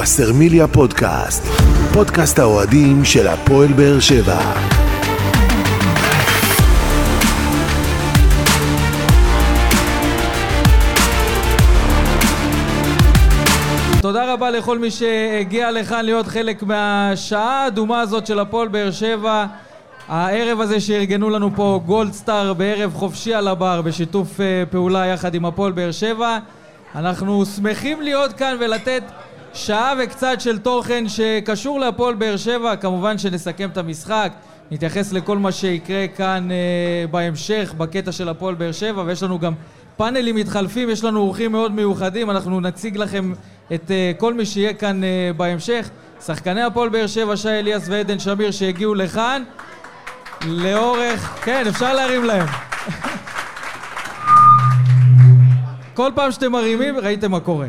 וסרמיליה פודקאסט, פודקאסט האוהדים של הפועל באר שבע. תודה רבה לכל מי שהגיע לכאן להיות חלק מהשעה האדומה הזאת של הפועל באר שבע. הערב הזה שארגנו לנו פה גולדסטאר בערב חופשי על הבר בשיתוף פעולה יחד עם הפועל באר שבע. אנחנו שמחים להיות כאן ולתת שעה וקצת של תוכן שקשור להפועל באר שבע. כמובן שנסכם את המשחק, נתייחס לכל מה שיקרה כאן בהמשך בקטע של הפועל באר שבע, ויש לנו גם פאנלים מתחלפים, יש לנו אורחים מאוד מיוחדים, אנחנו נציג לכם את כל מי שיהיה כאן בהמשך. שחקני הפועל באר שבע, שי אליאס ועדן שמיר שהגיעו לכאן לאורך, כן, אפשר להרים להם. כל פעם שאתם מרימים, ראיתם מה קורה.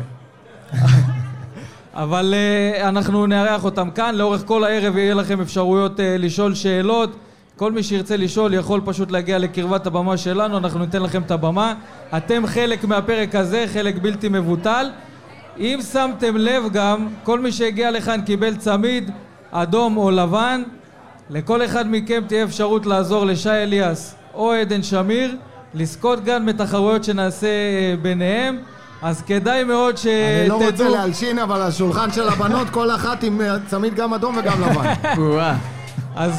אבל אנחנו נארח אותם כאן, לאורך כל הערב יהיה לכם אפשרויות לשאול שאלות. כל מי שירצה לשאול יכול פשוט להגיע לקרבת הבמה שלנו, אנחנו ניתן לכם את הבמה. אתם חלק מהפרק הזה, חלק בלתי מבוטל. אם שמתם לב גם, כל מי שהגיע לכאן קיבל צמיד, אדום או לבן. לכל אחד מכם תהיה אפשרות לעזור לשי אליאס או עדן שמיר, לזכות גם בתחרויות שנעשה ביניהם. אז כדאי מאוד שתדעו... אני לא רוצה להלשין, אבל השולחן של הבנות, כל אחת עם צמיד גם אדום וגם לבן. אז...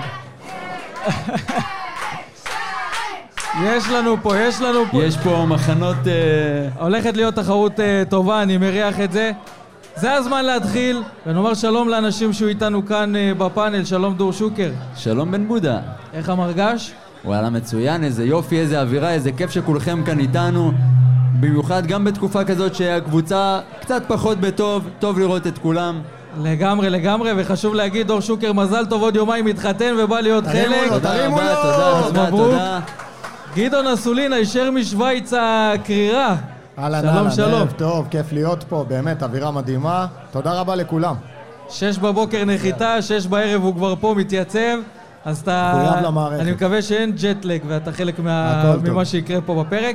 יש לנו פה. יש פה מחנות... הולכת להיות תחרות טובה, אני מריח את זה. זה הזמן להתחיל, ונאמר שלום לאנשים שהוא איתנו כאן בפאנל. שלום דור שוקר. שלום בן בודה. איך המרגש? וואלה מצוין, איזה יופי, איזה אווירה, איזה כיף שכולכם כאן איתנו. במיוחד גם בתקופה כזאת שהקבוצה קצת פחות בטוב, טוב לראות את כולם. לגמרי, וחשוב להגיד, דור שוקר, מזל טוב, עוד יומיים מתחתן ובא להיות חלק. תודה. גדעון אסולין, הישר משוויץ הקרירה. שלום. טוב, כיף להיות פה, באמת, אווירה מדהימה. תודה רבה לכולם. 6 בבוקר נחיתה, 6 בערב הוא כבר פה מתייצב. אז אתה... אני מקווה שאין ג'טלג ואתה חלק ממה שיקרה פה בפרק.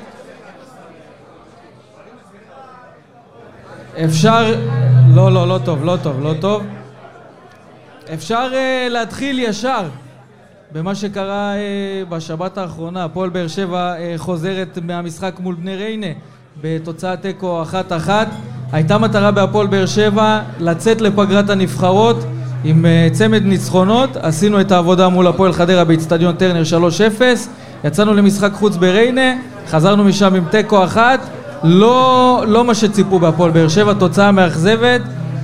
אפשר... לא טוב. אפשר להתחיל ישר במה שקרה בשבת האחרונה. הפועל באר שבע חוזרת מהמשחק מול בני ריינה בתוצאת תיקו 1-1. הייתה מטרה בהפועל באר שבע לצאת לפגרת הנבחרות עם צמד ניצחונות. עשינו את העבודה מול הפועל חדרה באצטדיון טרנר 3-0. יצאנו למשחק חוץ בריינה, חזרנו משם עם תיקו 1. לא מה שציפו בהפועל באר שבע, תוצאה מאכזבת,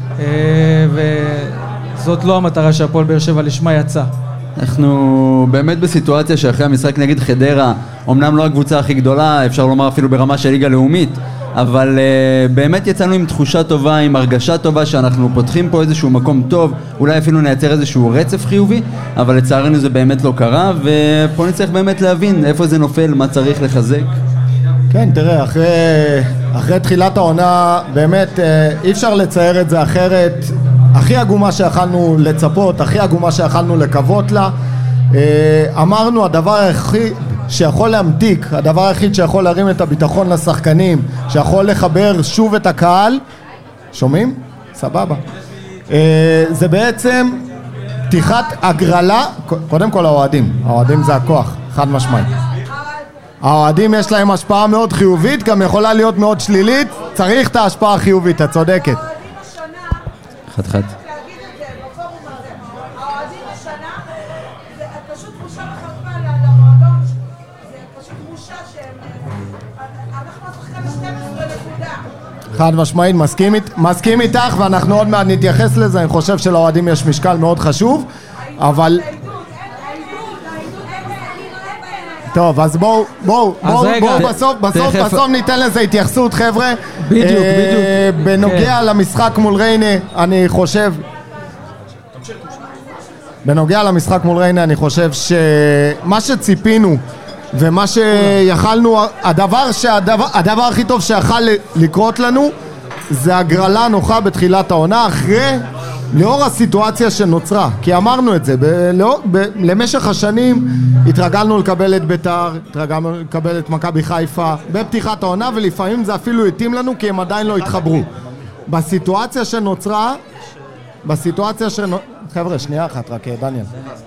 וזאת לא המטרה שהפועל באר שבע לשמה יצא. אנחנו באמת בסיטואציה שאחרי המשחק נגד חדרה, אמנם לא הקבוצה הכי גדולה, אפשר לומר אפילו ברמה של ליגה לאומית, אבל באמת יצאנו עם תחושה טובה, עם הרגשה טובה שאנחנו פותחים פה איזשהו מקום טוב, אולי אפילו נייצר איזשהו רצף חיובי, אבל לצערנו זה באמת לא קרה, ופה נצטרך באמת להבין איפה זה נופל, מה צריך לחזק. כן, תראה, אחרי תחילת העונה, באמת אי אפשר לצייר את זה אחרת. הכי עגומה שיכלנו לצפות, הכי עגומה שיכלנו לקוות לה. אמרנו, הדבר היחיד שיכול להמתיק, הדבר היחיד שיכול להרים את הביטחון לשחקנים, שיכול לחבר שוב את הקהל, שומעים? סבבה. זה בעצם פתיחת הגרלה, קודם כל האוהדים זה הכוח, חד משמעית. האוהדים יש להם השפעה מאוד חיובית, גם יכולה להיות מאוד שלילית, צריך את ההשפעה החיובית, את צודקת. חד. להגיד את זה בפורום הזה, האוהדים השנה, זה פשוט תחושה מחלפה למועדון, זה פשוט תחושה שאנחנו השחקן 12 נקודה. חד משמעית, מסכים איתך, ואנחנו עוד מעט נתייחס לזה. אני חושב שלאוהדים יש משקל מאוד חשוב, אבל... טוב, אז בואו בסוף ניתן לזה התייחסות, חבר'ה. בדיוק. בנוגע למשחק מול ריינה, אני חושב שמה שציפינו ומה שיכלנו, הדבר הכי טוב שיכל לקרות לנו זה הגרלה נוחה בתחילת העונה, לאור הסיטואציה שנוצרה, כי אמרנו את זה, למשך השנים התרגלנו לקבל את ביתר, התרגלנו לקבל את מכבי חיפה בפתיחת העונה, ולפעמים זה אפילו התאים לנו כי הם עדיין לא התחברו. בסיטואציה שנוצרה, חבר'ה, שנייה אחת רק, דניאל.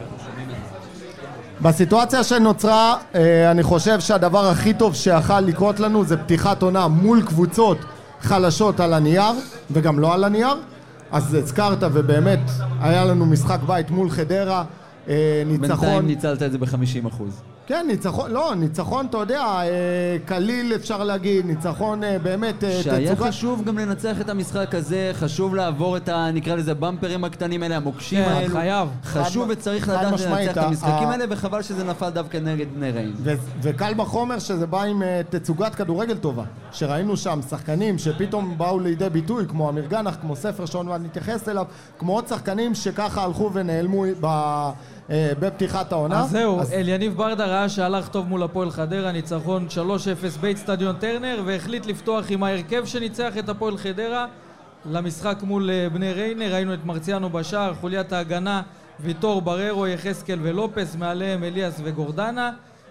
בסיטואציה שנוצרה, אני חושב שהדבר הכי טוב שיכל לקרות לנו זה פתיחת עונה מול קבוצות חלשות על הנייר, וגם לא על הנייר. אז הזכרת, ובאמת היה לנו משחק בית מול חדרה, ניצחון. בינתיים ניצלת את זה ב-50%. כן, ניצחון, אתה יודע, קליל אפשר להגיד, ניצחון באמת שהיה חשוב גם לנצח את המשחק הזה, חשוב לעבור את נקרא לזה במפרים הקטנים האלה, המוקשים האלו. חייב. חשוב וצריך לדעת לנצח את המשחקים האלה, וחבל שזה נפל דווקא נגד בני ריינה. וקל בחומר שזה בא עם תצוגת כדורגל טובה, שראינו שם שחקנים שפתאום באו לידי ביטוי, כמו אמיר גנח, כמו ספר שעוד מעט נתייחס אליו, כמו עוד שחקנים שככה הלכו ונעלמו בפתיחת העונה. אז זהו, אליניב ברדה ראה שהלך טוב מול הפועל חדרה, ניצחון 3-0 באצטדיון טרנר, והחליט לפתוח עם ההרכב שניצח את הפועל חדרה למשחק מול בני ריינה. ראינו את מרציאנו בשער, חוליית ההגנה ויטור בררו, יחזקאל ולופס, מעליהם אליאס וגורדנה,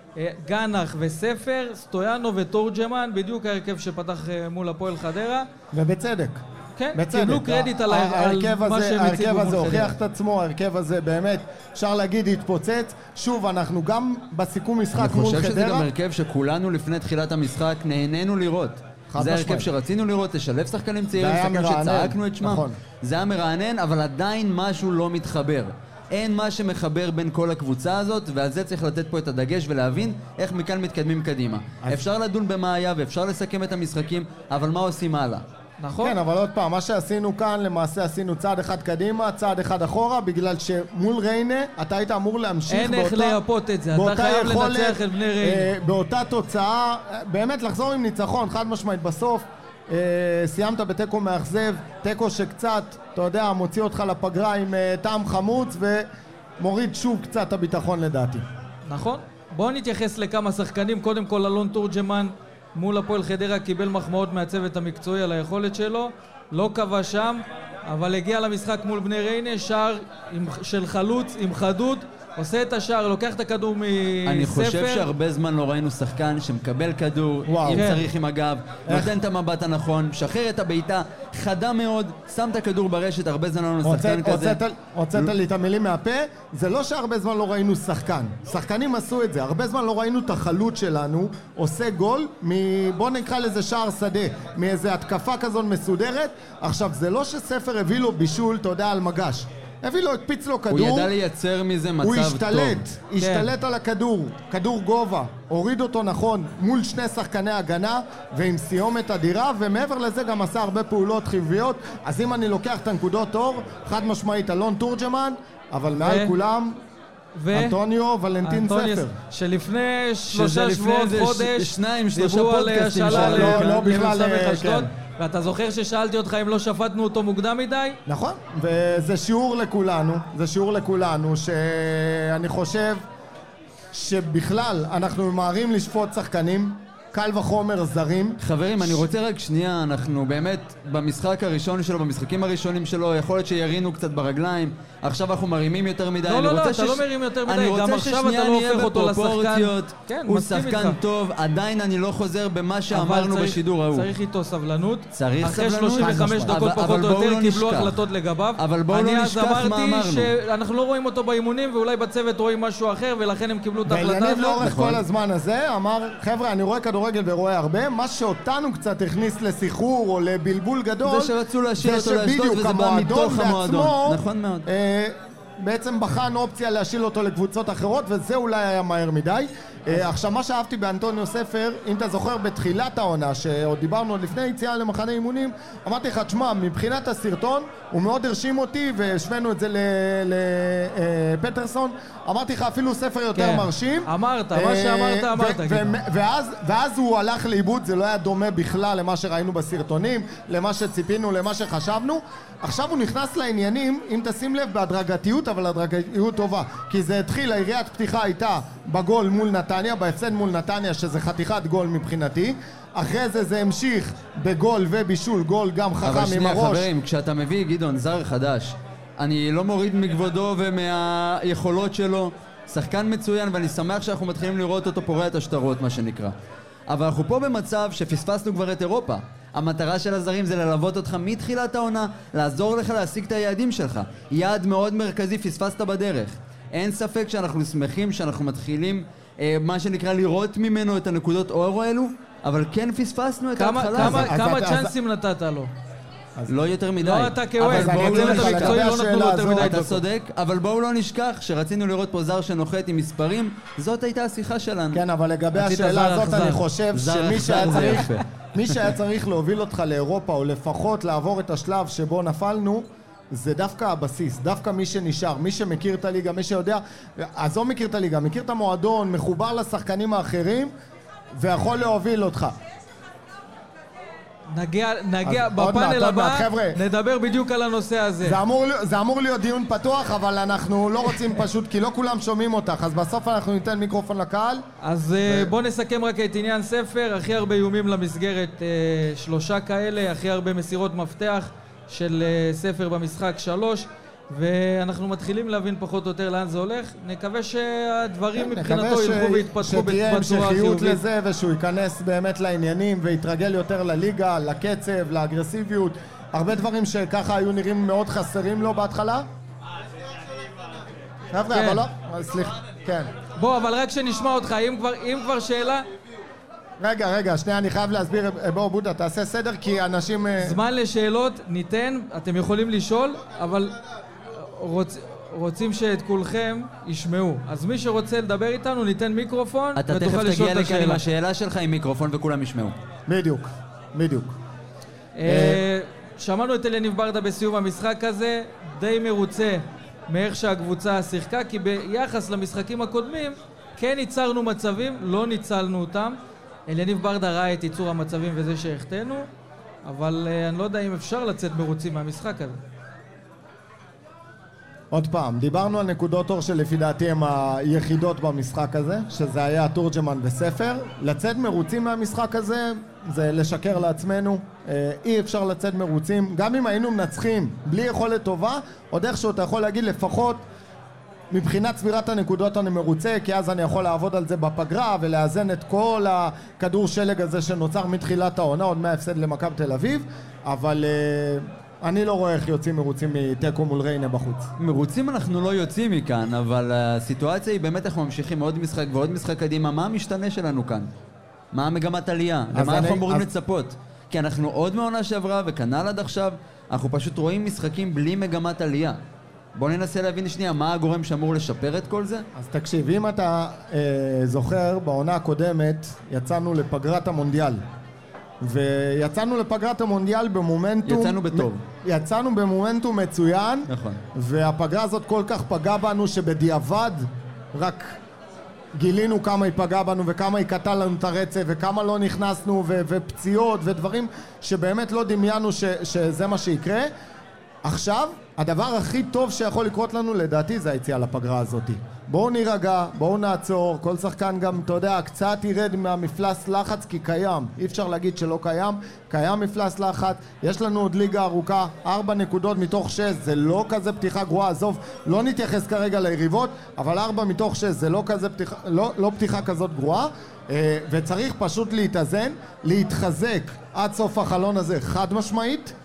גנח וספר, סטויאנו ותורג'מן, בדיוק ההרכב שפתח מול הפועל חדרה. ובצדק. כן, קיבלו קרדיט על מה שהם הציגו מול חדרה. ההרכב הזה הוכיח את עצמו, ההרכב הזה באמת, אפשר להגיד, התפוצץ. שוב, אנחנו גם בסיכום משחק מול חדרה. אני חושב שזה גם הרכב שכולנו לפני תחילת המשחק נהנינו לראות. זה הרכב שרצינו לראות, לשלב שחקנים צעירים, שחקנים שצעקנו את שמם. זה היה מרענן, אבל עדיין משהו לא מתחבר. אין מה שמחבר בין כל הקבוצה הזאת, ועל זה צריך לתת פה את הדגש ולהבין איך מכאן מתקדמים קדימה. אפשר לדון במה היה ואפשר לסכם את המשחקים, אבל מה עושים הלאה? נכון? כן, אבל עוד פעם, מה שעשינו כאן, למעשה עשינו צעד אחד קדימה, צעד אחד אחורה, בגלל שמול ריינה אתה היית אמור להמשיך אין איך לייפות את זה, אתה חייב לנצח את בני ריינה. באותה תוצאה, באמת לחזור עם ניצחון, חד משמעית בסוף, סיימת בתיקו מאכזב, תיקו שקצת, אתה יודע, מוציא אותך לפגרה עם טעם חמוץ ומוריד שוב קצת הביטחון לדעתי. נכון? בואו נתייחס לכמה שחקנים, קודם כל אלון תורג'מן מול הפועל חדרה קיבל מחמאות מהצוות המקצועי על היכולת שלו, לא קבע שם, אבל הגיע למשחק מול בני ריינה, שער של חלוץ עם חדות, עושה את השער, לוקח את הכדור מספר. אני חושב שהרבה זמן לא ראינו שחקן שמקבל כדור, אם צריך עם הגב, נותן את המבט הנכון, משחרר את הביתה, חדה מאוד, שם את הכדור ברשת, הרבה זמן לא ראינו שחקן כזה. הוצאת לי את המילים מהפה, זה לא שהרבה זמן לא ראינו שחקן, שחקנים עשו את זה, הרבה זמן לא ראינו את החלוץ שלנו, עושה גול, בוא נקרא לזה שער שדה, מאיזה התקפה כזאת מסודרת. עכשיו זה לא שספר הביא לו בישול, אתה יודע, על מגש, הביא לו, הקפיץ לו כדור, הוא ידע לייצר מזה מצב הוא טוב. השתלט על הכדור, כדור גובה, הוריד אותו נכון מול שני שחקני הגנה ועם סיומת אדירה, ומעבר לזה גם עשה הרבה פעולות חיוביות. אז אם אני לוקח את הנקודות אור, חד משמעית אלון תורג'מן, אבל מעל כולם אנטוניו ולנטין ספר, שלפני 3 שבועות, חודש, 2-3 דיברו על פודקאסטים השאלה לא בכלל, אשדוד. ואתה זוכר ששאלתי אותך אם לא שפטנו אותו מוקדם מדי? נכון, וזה שיעור לכולנו, שאני חושב שבכלל אנחנו ממהרים לשפוט שחקנים, קל וחומר זרים. חברים, אני רוצה רק שנייה, אנחנו באמת במשחק הראשון שלו, במשחקים הראשונים שלו, יכול להיות שירינו קצת ברגליים, עכשיו אנחנו מרימים יותר מדי. לא, אתה לא מרים יותר מדי, גם עכשיו אתה לא הופך אותו לשחקן. הוא שחקן טוב, עדיין אני לא חוזר במה שאמרנו בשידור ההוא. צריך איתו סבלנות. צריך אחרי סבלנות. 35 דקות פחות או יותר קיבלו החלטות לגביו. אבל בואו לא נשכח מה אמרנו. אני אז אמרתי שאנחנו לא רואים אותו באימונים, ואולי בצוות רואים משהו אחר, ולכן הם קיבלו את ההחלטה הזאת. ואליניב לאורך כל הזמן הזה אמר, חבר'ה, אני רואה כדורגל ורואה הרבה, מה שאותנו קצת הכניס לסחרור או לבלבול גדול, זה שרצו להשאיר אותו לאשדוד, וזה בא מתוך המועדון. נכון מאוד. בעצם בחן אופציה להשיל אותו לקבוצות אחרות, וזה אולי היה מהר מדי. עכשיו, מה שאהבתי באנטוניו ספר, אם אתה זוכר בתחילת העונה, שעוד דיברנו לפני יציאה למחנה אימונים, אמרתי לך, תשמע, מבחינת הסרטון, הוא מאוד הרשים אותי, והשווינו את זה לפטרסון, אמרתי לך, אפילו ספר יותר מרשים. אמרת, מה שאמרת. ואז הוא הלך לאיבוד, זה לא היה דומה בכלל למה שראינו בסרטונים, למה שציפינו, למה שחשבנו. עכשיו הוא נכנס לעניינים, אם תשים לב, בהדרגתיות, אבל הדרגתיות טובה, כי זה התחיל, היריית פתיחה הייתה בגול מול נתניה, בהפסד מול נתניה, שזה חתיכת גול מבחינתי. אחרי זה זה המשיך בגול ובישול, גול גם חכם עם הראש. אבל שנייה חברים, כשאתה מביא גדעון זר חדש, אני לא מוריד מכבודו ומהיכולות שלו, שחקן מצוין, ואני שמח שאנחנו מתחילים לראות אותו פורע את השטרות, מה שנקרא. אבל אנחנו פה במצב שפספסנו כבר את אירופה. המטרה של הזרים זה ללוות אותך מתחילת העונה, לעזור לך להשיג את היעדים שלך. יעד מאוד מרכזי, פספסת בדרך. אין ספק שאנחנו שמחים שאנחנו מתחילים מה שנקרא לראות ממנו את הנקודות אור האלו, אבל כן פספסנו את ההתחלה. כמה צ'אנסים נתת לו? לא יותר מדי. לא אתה כהואל, בצוות המקצועי לא נתנו לו יותר מדי. אתה צודק, אבל בואו לא נשכח שרצינו לראות פה זר שנוחת עם מספרים, זאת הייתה השיחה שלנו. כן, אבל לגבי השאלה הזאת אני חושב שמי שהיה צריך להוביל אותך לאירופה, או לפחות לעבור את השלב שבו נפלנו, זה דווקא הבסיס, דווקא מי שנשאר, מי שמכיר את הליגה, מי שיודע, אז לא מכיר את הליגה, מכיר את המועדון, מחובר לשחקנים האחרים, ויכול להוביל אותך. נגיע בפאנל הבא, נדבר בדיוק על הנושא הזה. זה אמור להיות דיון פתוח, אבל אנחנו לא רוצים פשוט, כי לא כולם שומעים אותך, אז בסוף אנחנו ניתן מיקרופון לקהל. אז בוא נסכם רק את עניין ספר, הכי הרבה איומים למסגרת, 3 כאלה, הכי הרבה מסירות מפתח של ספר במשחק 3, ואנחנו מתחילים להבין פחות או יותר לאן זה הולך. נקווה שהדברים מבחינתו ילכו ויתפתחו בצורה חיובית. שתהיה המשכיות לזה ושהוא ייכנס באמת לעניינים ויתרגל יותר לליגה, לקצב, לאגרסיביות, הרבה דברים שככה היו נראים מאוד חסרים לו בהתחלה. חבר'ה, אבל לא, סליחה, כן. בוא, אבל רק שנשמע אותך, אם כבר שאלה... רגע, שנייה, אני חייב להסביר, בואו בודה, תעשה סדר כי אנשים... זמן לשאלות ניתן, אתם יכולים לשאול, אבל רוצים שאת כולכם ישמעו. אז מי שרוצה לדבר איתנו, ניתן מיקרופון, אתה תכף תגיע לכאן עם השאלה שלך עם מיקרופון וכולם ישמעו. בדיוק. שמענו את אליניב ברדה בסיום המשחק הזה, די מרוצה מאיך שהקבוצה שיחקה, כי ביחס למשחקים הקודמים, כן ייצרנו מצבים, לא ניצלנו אותם. אליניב ברדה ראה את ייצור המצבים וזה שהחטאנו, אבל אני לא יודע אם אפשר לצאת מרוצים מהמשחק הזה. עוד פעם, דיברנו על נקודות אור שלפי דעתי הם היחידות במשחק הזה, שזה היה תורג'מן וספר. לצאת מרוצים מהמשחק הזה זה לשקר לעצמנו, אי אפשר לצאת מרוצים, גם אם היינו מנצחים בלי יכולת טובה, עוד איכשהו אתה יכול להגיד לפחות מבחינת סבירת הנקודות אני מרוצה, כי אז אני יכול לעבוד על זה בפגרה ולאזן את כל הכדור שלג הזה שנוצר מתחילת העונה, עוד מההפסד למכבי תל אביב, אבל אני לא רואה איך יוצאים מרוצים מטקו מול ריינה בחוץ. מרוצים אנחנו לא יוצאים מכאן, אבל הסיטואציה היא באמת אנחנו ממשיכים מעוד משחק ועוד משחק קדימה. מה המשתנה שלנו כאן? מה המגמת עלייה? למה אנחנו אמורים לצפות? כי אנחנו עוד מעונה שעברה וכנ"ל עד עכשיו, אנחנו פשוט רואים משחקים בלי מגמת עלייה. בוא ננסה להבין שנייה מה הגורם שאמור לשפר את כל זה. אז תקשיב, אם אתה זוכר, בעונה הקודמת יצאנו לפגרת המונדיאל, ויצאנו לפגרת המונדיאל במומנטום... יצאנו במומנטום מצוין, נכון. והפגרה הזאת כל כך פגעה בנו שבדיעבד רק גילינו כמה היא פגעה בנו וכמה היא קטעה לנו את הרצף וכמה לא נכנסנו ופציעות ודברים שבאמת לא דמיינו שזה מה שיקרה. עכשיו, הדבר הכי טוב שיכול לקרות לנו לדעתי זה היציאה לפגרה הזאת. בואו נירגע, בואו נעצור, כל שחקן גם, אתה יודע, קצת ירד מהמפלס לחץ כי קיים, אי אפשר להגיד שלא קיים, קיים מפלס לחץ, יש לנו עוד ליגה ארוכה, 4 נקודות מתוך 6, זה לא כזה פתיחה גרועה, עזוב, לא נתייחס כרגע ליריבות, אבל 4 מתוך 6 זה לא כזה פתיחה, לא פתיחה כזאת גרועה, וצריך פשוט להתאזן, להתחזק עד סוף החלון הזה חד משמעית,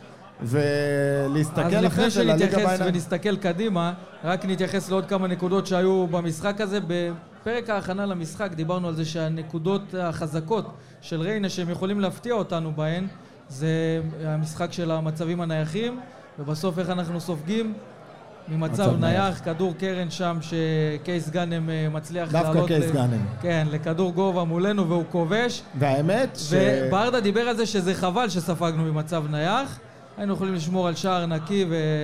ולהסתכל אחרי אז לפני שנתייחס ונסתכל קדימה, רק נתייחס לעוד כמה נקודות שהיו במשחק הזה. בפרק ההכנה למשחק דיברנו על זה שהנקודות החזקות של ריינה שהם יכולים להפתיע אותנו בהן זה המשחק של המצבים הנייחים, ובסוף איך אנחנו סופגים ממצב נייח, כדור קרן שם שקייס גאנם מצליח לעלות לכדור גובה מולנו והוא כובש, והאמת וברדה דיבר על זה שזה חבל שספגנו ממצב נייח, היינו יכולים לשמור על שער נקי,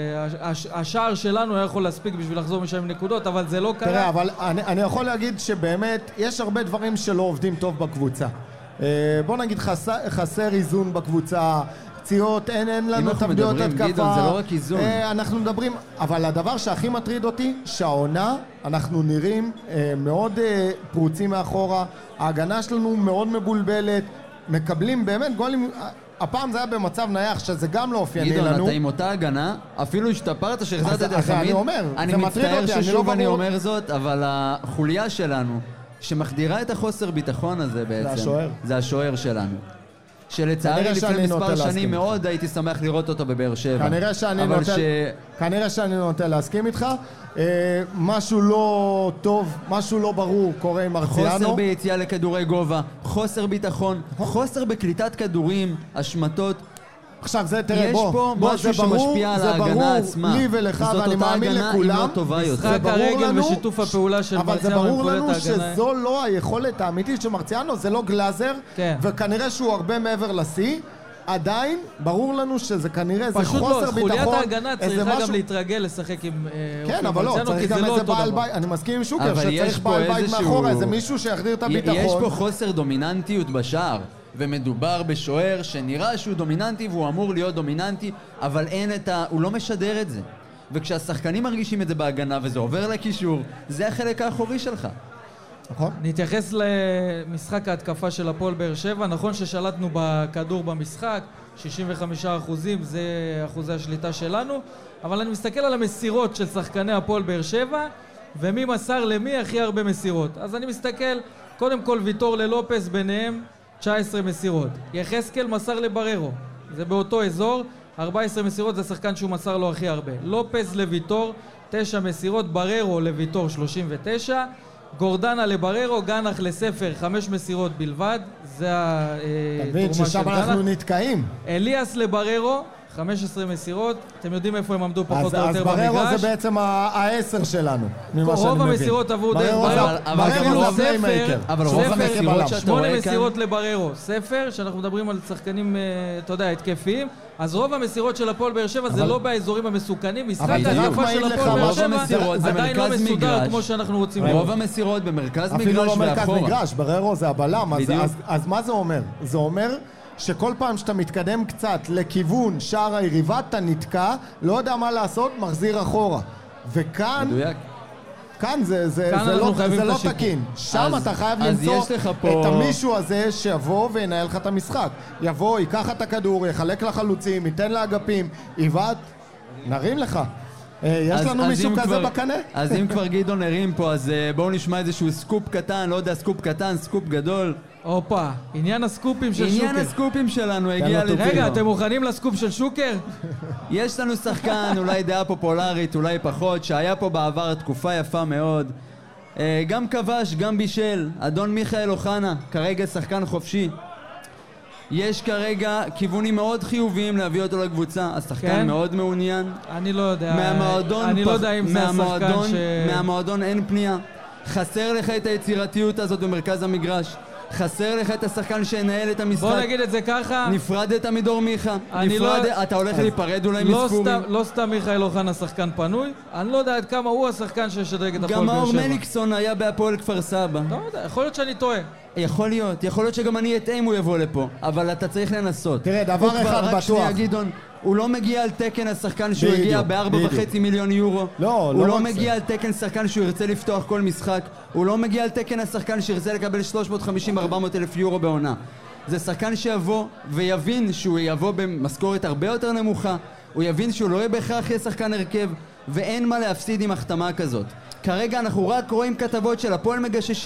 והשער שלנו היה יכול להספיק בשביל לחזור משם עם נקודות, אבל זה לא קרה. תראה, אבל אני יכול להגיד שבאמת יש הרבה דברים שלא עובדים טוב בקבוצה. בוא נגיד חסר איזון בקבוצה, פציעות, אין לנו תבדיות התקפה. גדעון, זה לא רק איזון. אנחנו מדברים, אבל הדבר שהכי מטריד אותי, שהעונה, אנחנו נראים מאוד פרוצים מאחורה, ההגנה שלנו מאוד מבולבלת, מקבלים באמת גולים, הפעם זה היה במצב נייח שזה גם לא אופייני לנו. גדעון, אתה עם אותה הגנה, אפילו השתפרת שהחזרת את החמיד. אני אומר, אני מצטער ששוב אני אומר זאת, אבל החוליה שלנו, שמחדירה את החוסר ביטחון הזה בעצם, זה השוער שלנו. שלצערי לפני מספר שנים מאוד הייתי שמח לראות אותו בבאר שבע. כנראה שאני נוטה להסכים איתך. משהו לא טוב, משהו לא ברור קורה עם מרציאנו. חוסר ביציאה לכדורי גובה, חוסר ביטחון, חוסר בקליטת כדורים, השמטות. עכשיו זה, תראה, יש פה משהו שמשפיע על ההגנה עצמה. לי ולך, ואני מאמין לכולם. משחק הרגל ושיתוף הפעולה של מרציאנו. אבל זה ברור לנו שזו לא היכולת האמיתית של מרציאנו, זה לא גלאזר, וכנראה שהוא הרבה מעבר לשיא. עדיין, ברור לנו שזה כנראה, זה חוסר ביטחון. פשוט לא, חוליית ההגנה צריכה גם להתרגל לשחק עם כן, אבל לא, צריך גם איזה בעל בית, אני מסכים עם שוקר, שצריך בעל בית מאחורה, איזה מישהו שיחדיר את הביטחון. יש פה חוסר דומיננטיות בשער. ומדובר בשוער שנראה שהוא דומיננטי והוא אמור להיות דומיננטי, אבל הוא לא משדר את זה. וכשהשחקנים מרגישים את זה בהגנה וזה עובר לקישור, זה החלק האחורי שלך. נכון. נתייחס למשחק ההתקפה של הפועל באר שבע. נכון ששלטנו בכדור במשחק, 65%, זה אחוזי השליטה שלנו, אבל אני מסתכל על המסירות של שחקני הפועל באר שבע, ומי מסר למי הכי הרבה מסירות. אז אני מסתכל, קודם כל ויטור ללופס ביניהם, 19 מסירות. יחזקאל מסר לבררו, זה באותו אזור, 14 מסירות, זה שחקן שהוא מסר לו הכי הרבה. לופס לויטור, 9 מסירות, בררו לויטור 39, גורדנה לבררו, גנח לספר 5 מסירות בלבד, זה התרומה של ששם גנח. אנחנו נתקעים. אליאס לבררו, 15 מסירות, אתם יודעים איפה הם עמדו פחות או יותר במגרש. אז בררו זה בעצם ה-10 שלנו, ממה שאני מבין. רוב המסירות עברו דרך בררו, אבל רוב המסירות שאתה רואה כאן... 8 מסירות לבררו, ספר, שאנחנו מדברים על שחקנים, אתה יודע, התקפיים, אז רוב המסירות של הפועל באר שבע זה לא באזורים המסוכנים, משחק ההתקפה של הפועל באר שבע עדיין לא מסודר כמו שאנחנו רוצים לראות. רוב המסירות במרכז מגרש אפילו לא מרכז מגרש, בררו זה הבלם, אז מה זה אומר? זה אומר שכל פעם שאתה מתקדם קצת לכיוון שער היריבה, אתה נתקע, לא יודע מה לעשות, מחזיר אחורה. וכאן, זה לא תקין. שם אתה חייב למצוא את המישהו הזה שיבוא וינהל לך את המשחק. יבוא, ייקח את הכדור, יחלק לחלוצים, ייתן לאגפים, יבעט, נרים לך. יש לנו מישהו כזה בקנה? אז אם כבר גדעון הרים פה, אז בואו נשמע איזשהו סקופ קטן, לא יודע, סקופ קטן, סקופ גדול. אופה, עניין הסקופים של שוקר. עניין הסקופים שלנו הגיע לזה. רגע, אתם מוכנים לסקופ של שוקר? יש לנו שחקן, אולי דעה פופולרית, אולי פחות, שהיה פה בעבר תקופה יפה מאוד. גם כבש, גם בישל, אדון מיכאל אוחנה, כרגע שחקן חופשי. יש כרגע כיוונים מאוד חיוביים להביא אותו לקבוצה, השחקן מאוד מעוניין. אני לא יודע. מהמועדון, אני לא יודע אם זה השחקן מהמועדון אין פנייה. חסר לך את היצירתיות הזאת במרכז המגרש. חסר לך את השחקן שינהל את המשחק. בוא נגיד את זה ככה. נפרדת מדור מיכה. אתה הולך להיפרד אולי מספורים. לא סתם מיכאל אוחנה שחקן פנוי. אני לא יודע עד כמה הוא השחקן שישדרג את הפועל באר שבע. גם מאור מליקסון היה בהפועל כפר סבא. לא יודע, יכול להיות שאני טועה. יכול להיות שגם אני אטעה אם הוא יבוא לפה. אבל אתה צריך לנסות. תראה, דבר אחד בטוח. רק שנייה גדעון, הוא לא מגיע על תקן השחקן שהוא הגיע ב4.5 מיליון יורו. הוא לא מגיע על תקן שחקן שהוא ירצה לפתוח כל משחק. הוא לא מגיע על תקן השחקן שירצה לקבל 350-400 אלף יורו בעונה. זה שחקן שיבוא ויבין שהוא יבוא במשכורת הרבה יותר נמוכה. הוא יבין שהוא לא יהיה בהכרח יהיה שחקן הרכב, ואין מה להפסיד עם החתמה כזאת. כרגע אנחנו רק רואים כתבות של הפועל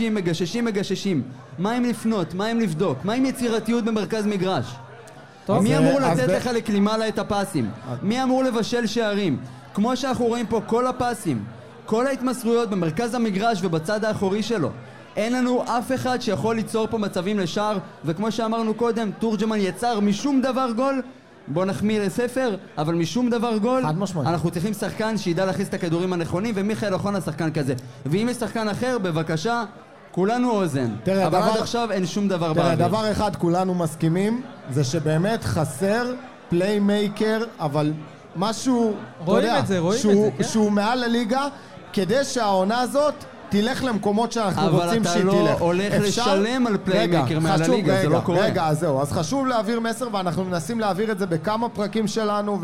מגששים. מה אם לפנות? מה אם לבדוק? מה אם יצירתיות במרכז מגרש? מי אמור לתת לך לקלימה את הפסים? מי אמור לבשל שערים? כמו שאנחנו רואים פה, כל הפסים, כל ההתמסרויות במרכז המגרש ובצד האחורי שלו. אין לנו אף אחד שיכול ליצור פה מצבים לשער, וכמו שאמרנו קודם, תורג'מן יצר משום דבר גול. בוא נחמיא לספר, אבל משום דבר גול אנחנו צריכים שחקן שידע להכניס את הכדורים הנכונים, ומיכאל אוחנה שחקן כזה. ואם יש שחקן אחר, בבקשה, כולנו אוזן. אבל עד עכשיו אין שום דבר באוויר. תראה, דבר אחד כולנו מסכימים, זה שבאמת חסר פליימייקר, אבל משהו, רואים את זה, שהוא מעל הליגה, כדי שהעונה הזאת תלך למקומות שאנחנו רוצים שהיא תלך. אבל אתה לא הולך לשלם על פליימייקר מעל הליגה, זה לא קורה. רגע, אז זהו, אז חשוב להעביר מסר, ואנחנו מנסים להעביר את זה בכמה פרקים שלנו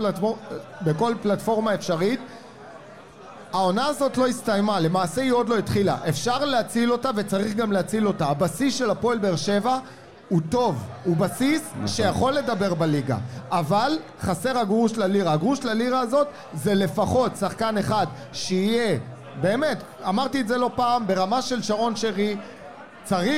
ובכל פלטפורמה אפשרית. העונה הזאת לא הסתיימה, למעשה היא עוד לא התחילה. אפשר להציל אותה וצריך גם להציל אותה. הבסיס של הפועל באר שבע הוא טוב, הוא בסיס שיכול לדבר בליגה, אבל חסר הגרוש ללירה. הגרוש ללירה הזאת זה לפחות שחקן אחד שיהיה, באמת, אמרתי את זה לא פעם, ברמה של שרון שרי, צריך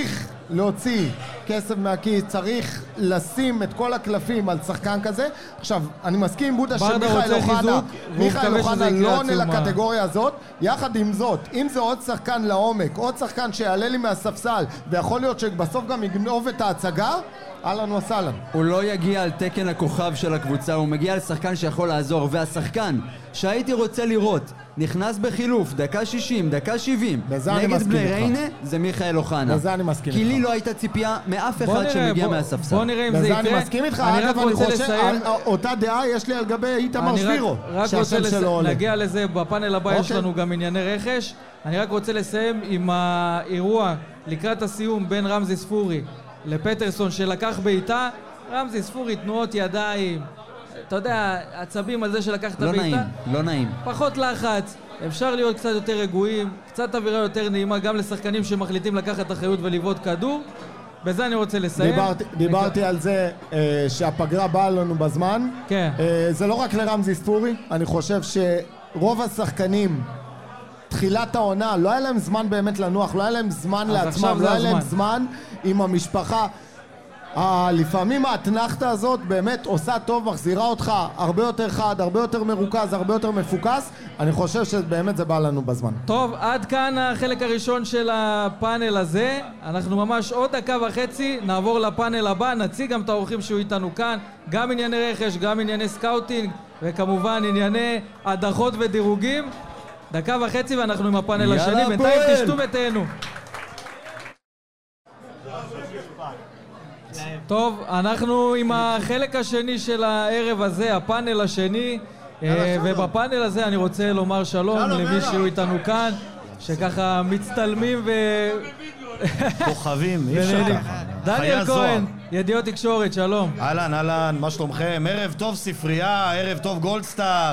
להוציא כסף מהכיס, צריך לשים את כל הקלפים על שחקן כזה. עכשיו, אני מסכים עם בודה שמיכאל אוחנה לא עונה לקטגוריה הזאת. יחד עם זאת, אם זה עוד שחקן לעומק, עוד שחקן שיעלה לי מהספסל, ויכול להיות שבסוף גם יגנוב את ההצגה, אהלן וסהלן. הוא לא יגיע על תקן הכוכב של הקבוצה, הוא מגיע לשחקן שיכול לעזור, והשחקן שהייתי רוצה לראות נכנס בחילוף, דקה 60, דקה 70 נגד בני ריינה, זה מיכאל אוחנה. בזה אני מסכים כי איתך. לי לא הייתה ציפייה מאף אחד שמגיע מהספסל. בוא נראה אם זה יקרה. בזה אני מסכים איתך, אגב אני חושב, אותה דעה יש לי על גבי איתמר שבירו, רק רוצה להגיע לזה, בפאנל הבא יש לנו גם ענייני רכש. אני רק רוצה לסיים עם האירוע לקראת הסיום בין רמזי ספורי לפטרסון שלקח בעיטה. רמזי ספורי, תנועות ידיים, אתה יודע, עצבים על זה שלקח את הבעיטה. לא נעים. פחות לחץ, אפשר להיות קצת יותר רגועים, קצת אווירה יותר נעימה גם לשחקנים שמחליטים לקחת אחריות ולבעוט כדור. בזה אני רוצה לסיים. דיברתי על זה שהפגרה באה לנו בזמן. כן. זה לא רק לרמזי ספורי, אני חושב שרוב השחקנים תחילת העונה, לא היה להם זמן באמת לנוח, לא היה להם זמן לעצמם, לא היה להם זמן עם המשפחה. לפעמים ההתנחתה הזאת באמת עושה טוב, מחזירה אותך הרבה יותר חד, הרבה יותר מרוכז, הרבה יותר מפוקס. אני חושב שבאמת זה בא לנו בזמן. טוב, עד כאן החלק הראשון של הפאנל הזה. אנחנו ממש עוד דקה וחצי נעבור לפאנל הבא, נציג גם את האורחים שהוא איתנו כאן, גם ענייני רכש, גם ענייני סקאוטינג וכמובן ענייני הדחות ודירוגים. דקה וחצי ואנחנו עם הפאנל השני, בינתיים תשתו ותהנו. טוב, אנחנו עם החלק השני של הערב הזה, הפאנל השני, ובפאנל הזה אני רוצה לומר שלום למי שהוא איתנו כאן, שככה מצטלמים כוכבים, אי אפשר ככה. דניאל כהן, ידיעות תקשורת, שלום. אהלן, מה שלומכם? ערב טוב ספרייה, ערב טוב גולדסטאר.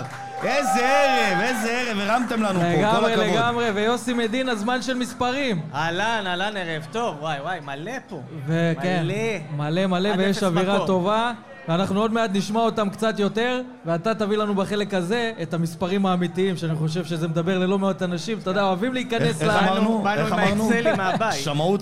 איזה ערב, הרמתם לנו פה, כל הכבוד. לגמרי, ויוסי מדינה, זמן של מספרים. אהלן, ערב טוב, וואי, מלא פה. וכן, מלא, ויש אווירה טובה. ואנחנו עוד מעט נשמע אותם קצת יותר, ואתה תביא לנו בחלק הזה את המספרים האמיתיים, שאני חושב שזה מדבר ללא מאות אנשים. אתה יודע, אוהבים להיכנס באנו עם האקסלים מהבית.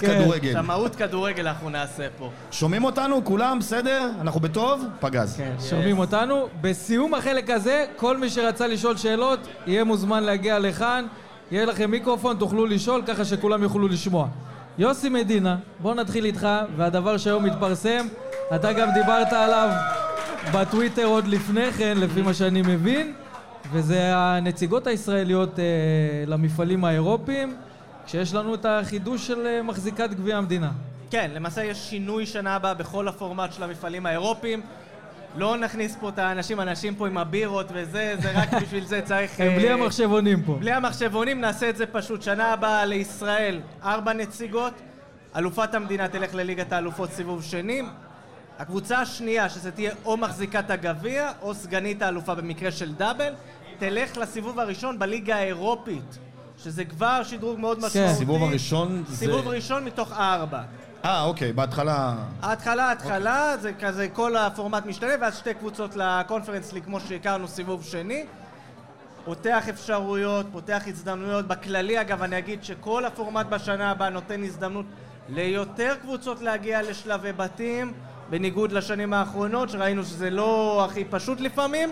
שמאות כדורגל אנחנו נעשה פה. שומעים אותנו? כולם בסדר? אנחנו בטוב? פגז. שומעים אותנו. בסיום החלק הזה, כל מי שרצה לשאול שאלות, יהיה מוזמן להגיע לכאן. יהיה לכם מיקרופון, תוכלו לשאול, ככה שכולם יוכלו לשמוע. יוסי מדינה, בוא נתחיל איתך, והדבר שהיום מתפרסם, אתה גם דיברת עליו בטוויטר עוד לפני כן, לפי מה שאני מבין, וזה הנציגות הישראליות למפעלים האירופיים, כשיש לנו את החידוש של מחזיקת גביע המדינה. כן, למעשה יש שינוי שנה הבאה בכל הפורמט של המפעלים האירופיים. לא נכניס פה את האנשים פה עם הבירות וזה, זה רק בשביל זה צריך... הם בלי המחשבונים פה. בלי המחשבונים, נעשה את זה פשוט. שנה הבאה לישראל 4 נציגות, אלופת המדינה תלך לליגת האלופות סיבוב שני. הקבוצה השנייה, שזה תהיה או מחזיקת הגביע או סגנית האלופה במקרה של דאבל, תלך לסיבוב הראשון בליגה האירופית, שזה כבר שדרוג מאוד משמעותי. סיבוב הראשון זה... סיבוב ראשון מתוך 4. אוקיי, בהתחלה... ההתחלה, זה כזה כל הפורמט משתנה, ואז 2 קבוצות לקונפרנס ליג, כמו שהכרנו, סיבוב שני. פותח אפשרויות, פותח הזדמנויות. בכללי, אגב, אני אגיד שכל הפורמט בשנה הבאה נותן הזדמנות ליותר קבוצות להגיע לשלבי בתים, בניגוד לשנים האחרונות, שראינו שזה לא הכי פשוט לפעמים.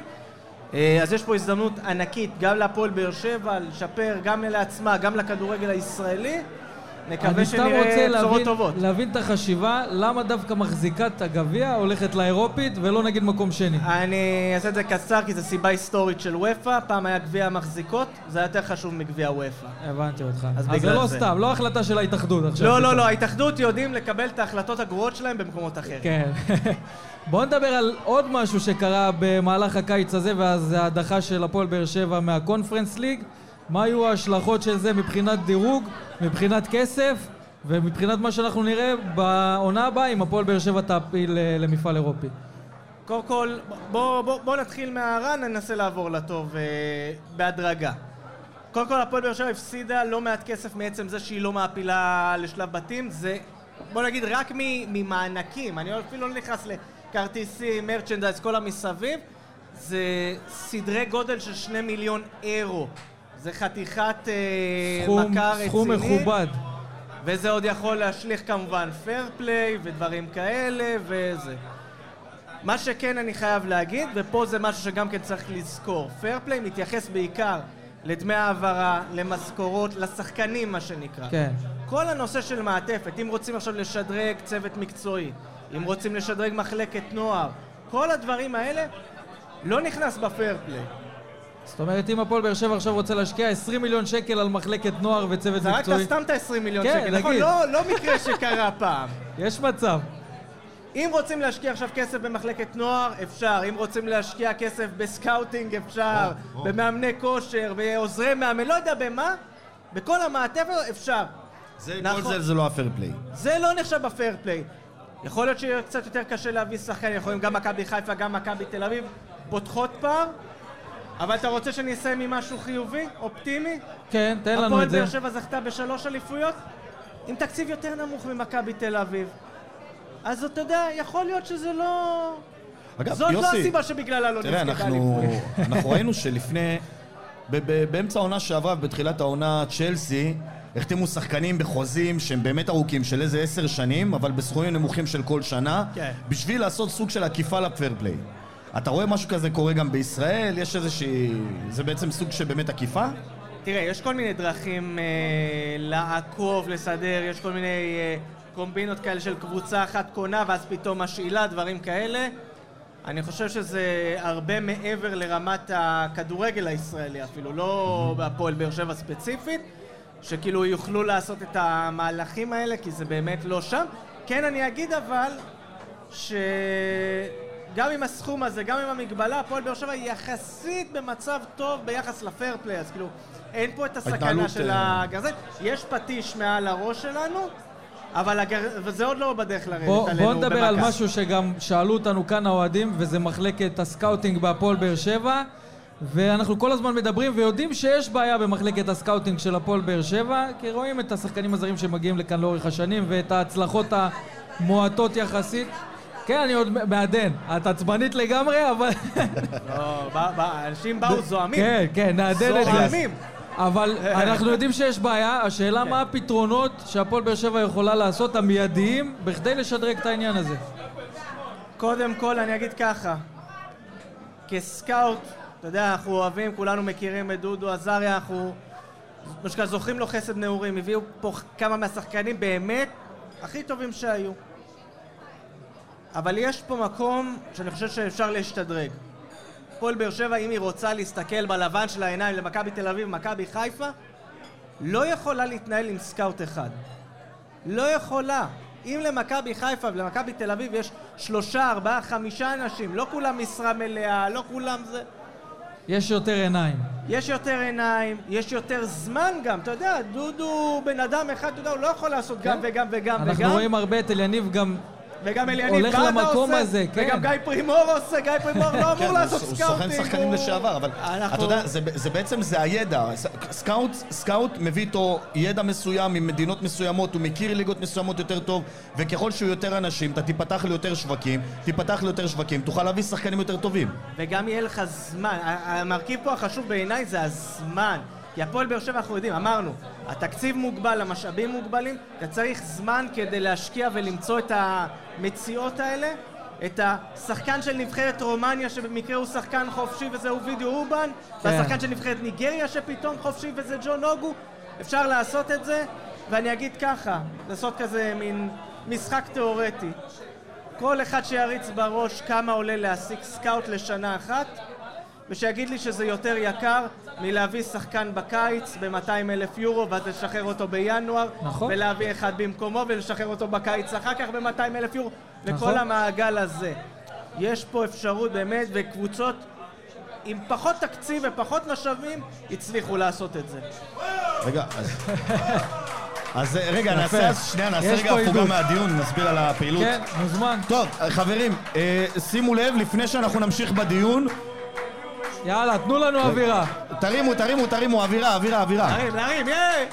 אז יש פה הזדמנות ענקית, גם להפועל באר שבע, לשפר גם לעצמה, גם לכדורגל הישראלי. נקווה שנראה בשורות טובות. אני סתם רוצה להבין את החשיבה, למה דווקא מחזיקת הגביע הולכת לאירופית ולא נגיד מקום שני? אני אעשה את זה קצר כי זו סיבה היסטורית של וופא, פעם היה גביע המחזיקות, זה היה יותר חשוב מגביע וופא. הבנתי אותך. אז זה לא סתם, לא החלטה של ההתאחדות. לא, ההתאחדות יודעים לקבל את ההחלטות הגרועות שלהם במקומות אחרים. כן. בואו נדבר על עוד משהו שקרה במהלך הקיץ הזה, ואז ההדחה של הפועל באר שבע מהקונפרנס ליג. מה היו ההשלכות של זה מבחינת דירוג, מבחינת כסף, ומבחינת מה שאנחנו נראה בעונה הבאה אם הפועל באר שבע תעפיל למפעל אירופי? קודם כל, בוא נתחיל מהרע, ננסה לעבור לטוב בהדרגה. קודם כל, הפועל באר שבע הפסידה לא מעט כסף מעצם זה שהיא לא מעפילה לשלב בתים. זה, בוא נגיד, רק ממענקים. אני אפילו לא נכנס לכרטיסים, מרצ'נדייז, כל המסביב. זה סדרי גודל של 2 מיליון אירו. זה חתיכת מכה רצינית. סכום מכובד. וזה עוד יכול להשליך כמובן פייר פליי ודברים כאלה וזה. מה שכן אני חייב להגיד, ופה זה משהו שגם כן צריך לזכור, פייר פליי מתייחס בעיקר לדמי העברה, למשכורות, לשחקנים מה שנקרא. כן. כל הנושא של מעטפת, אם רוצים עכשיו לשדרג צוות מקצועי, אם רוצים לשדרג מחלקת נוער, כל הדברים האלה לא נכנס בפייר פליי. זאת אומרת, אם הפועל באר שבע עכשיו רוצה להשקיע 20 מיליון שקל על מחלקת נוער וצוות מקצועי... זרקת סתם את ה-20 מיליון כן, שקל, נכון? לא מקרה שקרה פעם. יש מצב. אם רוצים להשקיע עכשיו כסף במחלקת נוער, אפשר. אם רוצים להשקיע כסף בסקאוטינג, אפשר. במאמני כושר, בעוזרי מאמן, לא יודע במה. בכל המעטפת אפשר. כל זה לא הפייר פליי. זה לא נחשב בפייר פליי. יכול להיות שיהיה קצת יותר קשה להביא שחקן, יכולים גם מכבי חיפה, גם מכבי תל אביב, פותחות פער. אבל אתה רוצה שאני אסיים עם משהו חיובי, אופטימי? כן, תן לנו הפועל את זה. באר שבע זכתה ב3 אליפויות, עם תקציב יותר נמוך ממכבי תל אביב. אז אתה יודע, יכול להיות שזה לא... אגב, זאת יוסי, לא הסיבה שבגללה לא תראה, נזכתה אליפויות. אנחנו ראינו שלפני, באמצע העונה שעברה ובתחילת העונה צ'לסי, החתימו שחקנים בחוזים שהם באמת ארוכים של איזה 10 שנים, אבל בסכומים נמוכים של כל שנה, כן. בשביל לעשות סוג של עקיפה לפייר פליי. אתה רואה משהו כזה קורה גם בישראל? יש איזושהי... זה בעצם סוג שבאמת עקיפה? תראה, יש כל מיני דרכים לעקוב, לסדר, יש כל מיני קומבינות כאלה של קבוצה אחת קונה ואז פתאום משאילה, דברים כאלה. אני חושב שזה הרבה מעבר לרמת הכדורגל הישראלי אפילו, לא בהפועל באר שבע ספציפית, שכאילו יוכלו לעשות את המהלכים האלה, כי זה באמת לא שם. כן, אני אגיד אבל גם עם הסכום הזה, גם עם המגבלה, הפועל באר שבע היא יחסית במצב טוב ביחס לפייר פליי, אז כאילו אין פה את הסכנה של הגרזן. יש פטיש מעל הראש שלנו, אבל וזה עוד לא בדרך לרדת עלינו. בוא נדבר על משהו שגם שאלו אותנו כאן האוהדים, וזה מחלקת הסקאוטינג בהפועל באר שבע, ואנחנו כל הזמן מדברים ויודעים שיש בעיה במחלקת הסקאוטינג של הפועל באר שבע, כי רואים את השחקנים הזרים שמגיעים לכאן לאורך השנים ואת ההצלחות המועטות יחסית. כן, אני עוד מעדן. את עצבנית לגמרי, אבל... לא, אנשים באו זוהמים. כן, כן, נעדן את זה. זוהמים. אבל אנחנו יודעים שיש בעיה. השאלה מה הפתרונות שהפועל באר שבע יכולה לעשות, המיידיים, בכדי לשדרג את העניין הזה. קודם כל, אני אגיד ככה. כסקאוט, אתה יודע, אנחנו אוהבים, כולנו מכירים את דודו עזריה, אנחנו... משקל זוכרים לו חסד נעורים, הביאו פה כמה מהשחקנים באמת הכי טובים שהיו. אבל יש פה מקום שאני חושב שאפשר להשתדרג. הפועל באר שבע, אם היא רוצה להסתכל בלבן של העיניים למכבי תל אביב ומכבי חיפה, לא יכולה להתנהל עם סקאוט אחד. לא יכולה. אם למכבי חיפה ולמכבי תל אביב יש 3, 4, 5 אנשים, לא כולם משרה מלאה, לא כולם זה... יש יותר עיניים. יש יותר עיניים, יש יותר זמן גם. אתה יודע, דודו בן אדם אחד, אתה יודע, הוא לא יכול לעשות גם וגם וגם וגם. אנחנו רואים הרבה את אליניב גם... וגם אליניב הולך למקום הזה, כן. וגם גיא פרימור עושה, גיא פרימור לא אמור לעשות סקאוטינג. הוא סוכן שחקנים לשעבר, אבל אתה יודע, זה בעצם זה הידע. סקאוט מביא איתו ידע מסוים ממדינות מסוימות, הוא מכיר ליגות מסוימות יותר טוב, וככל שהוא יותר אנשים, אתה תיפתח ליותר שווקים, תוכל להביא שחקנים יותר טובים. וגם יהיה לך זמן. המרכיב פה החשוב בעיניי זה הזמן. כי הפועל באר שבע אנחנו יודעים, אמרנו, התקציב מוגבל, המשאבים מוגבלים, אתה צריך זמן כדי להשקיע ולמצוא את המציאות האלה, את השחקן של נבחרת רומניה שבמקרה הוא שחקן חופשי וזה אובידיו אובן, והשחקן של נבחרת ניגריה שפתאום חופשי וזה ג'ון אוגו, אפשר לעשות את זה, ואני אגיד ככה, לעשות כזה מין משחק תיאורטי. כל אחד שיריץ בראש כמה עולה להשיג סקאוט לשנה אחת, ושיגיד לי שזה יותר יקר מלהביא שחקן בקיץ ב-200,000 יורו ואז לשחרר אותו בינואר, נכון. ולהביא אחד במקומו ולשחרר אותו בקיץ אחר כך ב-200,000 יורו, נכון. וכל המעגל הזה. יש פה אפשרות באמת, וקבוצות עם פחות תקציב ופחות משאבים הצליחו לעשות את זה. אז רגע, נעשה רגע הפוגה מהדיון, נסביר על הפעילות. כן, מוזמן. טוב, חברים, שימו לב, לפני שאנחנו נמשיך בדיון, יאללה, תנו לנו אווירה. תרימו, אווירה. להרים, יאי!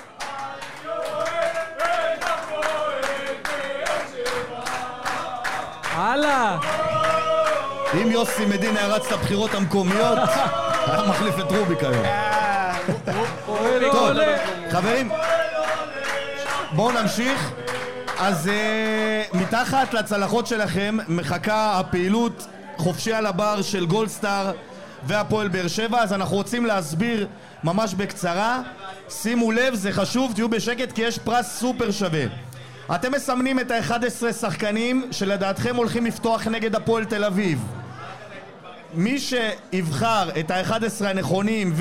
הלאה! אם יוסי מדינה הרץ את הבחירות המקומיות, היה מחליף את רוביק היום. טוב, חברים, בואו נמשיך. אז מתחת לצלחות שלכם מחכה הפעילות חופשי על הבר של גולדסטאר והפועל באר שבע. אז אנחנו רוצים להסביר ממש בקצרה. שימו לב, זה חשוב, תהיו בשקט כי יש פרס סופר שווה. אתם מסמנים את ה-11 שחקנים שלדעתכם הולכים לפתוח נגד הפועל תל אביב. מי שיבחר את ה-11 הנכונים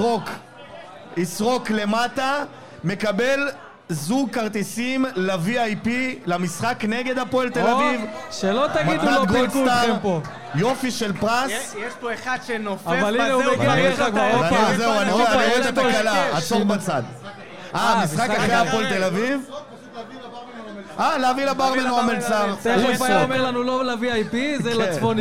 ויסרוק למטה מקבל זוג כרטיסים ל-VIP למשחק נגד הפועל תל אביב. שלא תגידו לא פרקו אתכם פה. יופי של פרס. יש פה אחד שנופף בזה. אבל הנה הוא מגיע לך כבר. זהו, אני רואה את התקלה. עצור בצד. משחק אחרי הפועל תל אביב. להביא לברמן או המלצר. תכף היה אומר לנו לא ל-VIP, זה לצפוני.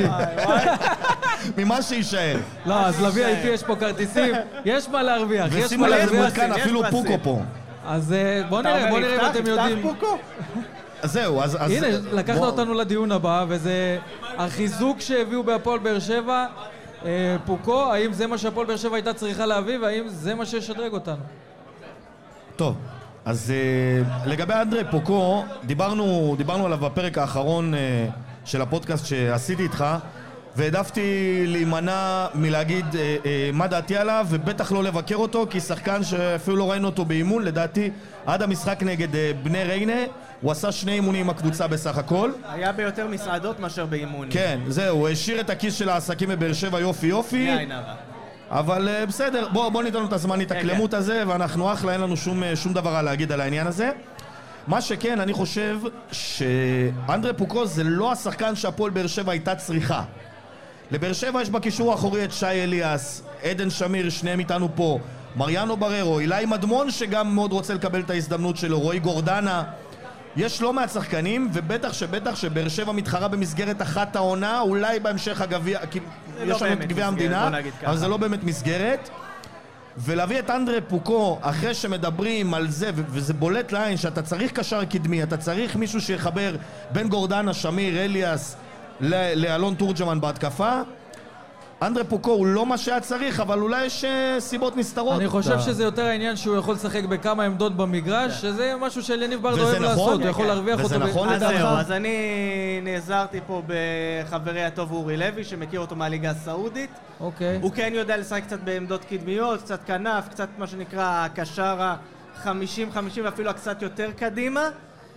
ממה שישאר. לא, אז ל-VIP יש פה כרטיסים, יש מה להרוויח. ושימו לב, זה מותקן, אפילו פוקו פה. אז בוא נראה אם אתם יודעים. זהו, אז... הנה, לקחת אותנו לדיון הבא, וזה החיזוק שהביאו בהפועל באר שבע, פוקו, האם זה מה שהפועל באר שבע הייתה צריכה להביא, והאם זה מה שישדרג אותנו? טוב, אז לגבי אנדרי פוקו, דיברנו עליו בפרק האחרון של הפודקאסט שעשיתי איתך, והעדפתי להימנע מלהגיד מה דעתי עליו, ובטח לא לבקר אותו, כי שחקן שאפילו לא ראינו אותו באימון, לדעתי עד המשחק נגד בני ריינה, הוא עשה 2 אימונים עם הקבוצה בסך הכל. היה ביותר מסעדות מאשר באימונים. כן, זהו, הוא השאיר את הכיס של העסקים בבאר שבע יופי. אבל בסדר, בוא ניתן לו את הזמן התאקלמות הזה, ואנחנו אחלה, אין לנו שום דבר להגיד על העניין הזה. מה שכן, אני חושב שאנדרי פוקו זה לא השחקן שהפועל באר שבע הייתה צריכה. לבאר שבע יש בקישור האחורי את שי אליאס, עדן שמיר, שניהם איתנו פה, מריאנו בררו, אילי מדמון שגם מאוד רוצה לקבל את ההזדמנות שלו, רועי גורדנה. יש לא מעט שחקנים, ובטח שבאר שבע מתחרה במסגרת אחת העונה, אולי בהמשך הגביע, כי יש לנו את גביע המדינה, אבל זה לא באמת מסגרת. ולהביא את אנדרי פוקו אחרי שמדברים על זה, וזה בולט לעין שאתה צריך קשר קדמי, אתה צריך מישהו שיחבר בין גורדנה, שמיר, אליאס לאלון תורג'מן בהתקפה. אנדרי פוקו הוא לא מה שהיה צריך, אבל אולי יש סיבות נסתרות. אני חושב שזה יותר העניין שהוא יכול לשחק בכמה עמדות במגרש, שזה משהו שאליניב ברדה אוהב לעשות, הוא יכול להרוויח אותו. וזה נכון לדעתך? אז אני נעזרתי פה בחברי הטוב אורי לוי, שמכיר אותו מהליגה הסעודית. אוקיי. הוא כן יודע לשחק קצת בעמדות קדמיות, קצת כנף, קצת מה שנקרא הקשר ה-50-50 ואפילו קצת יותר קדימה.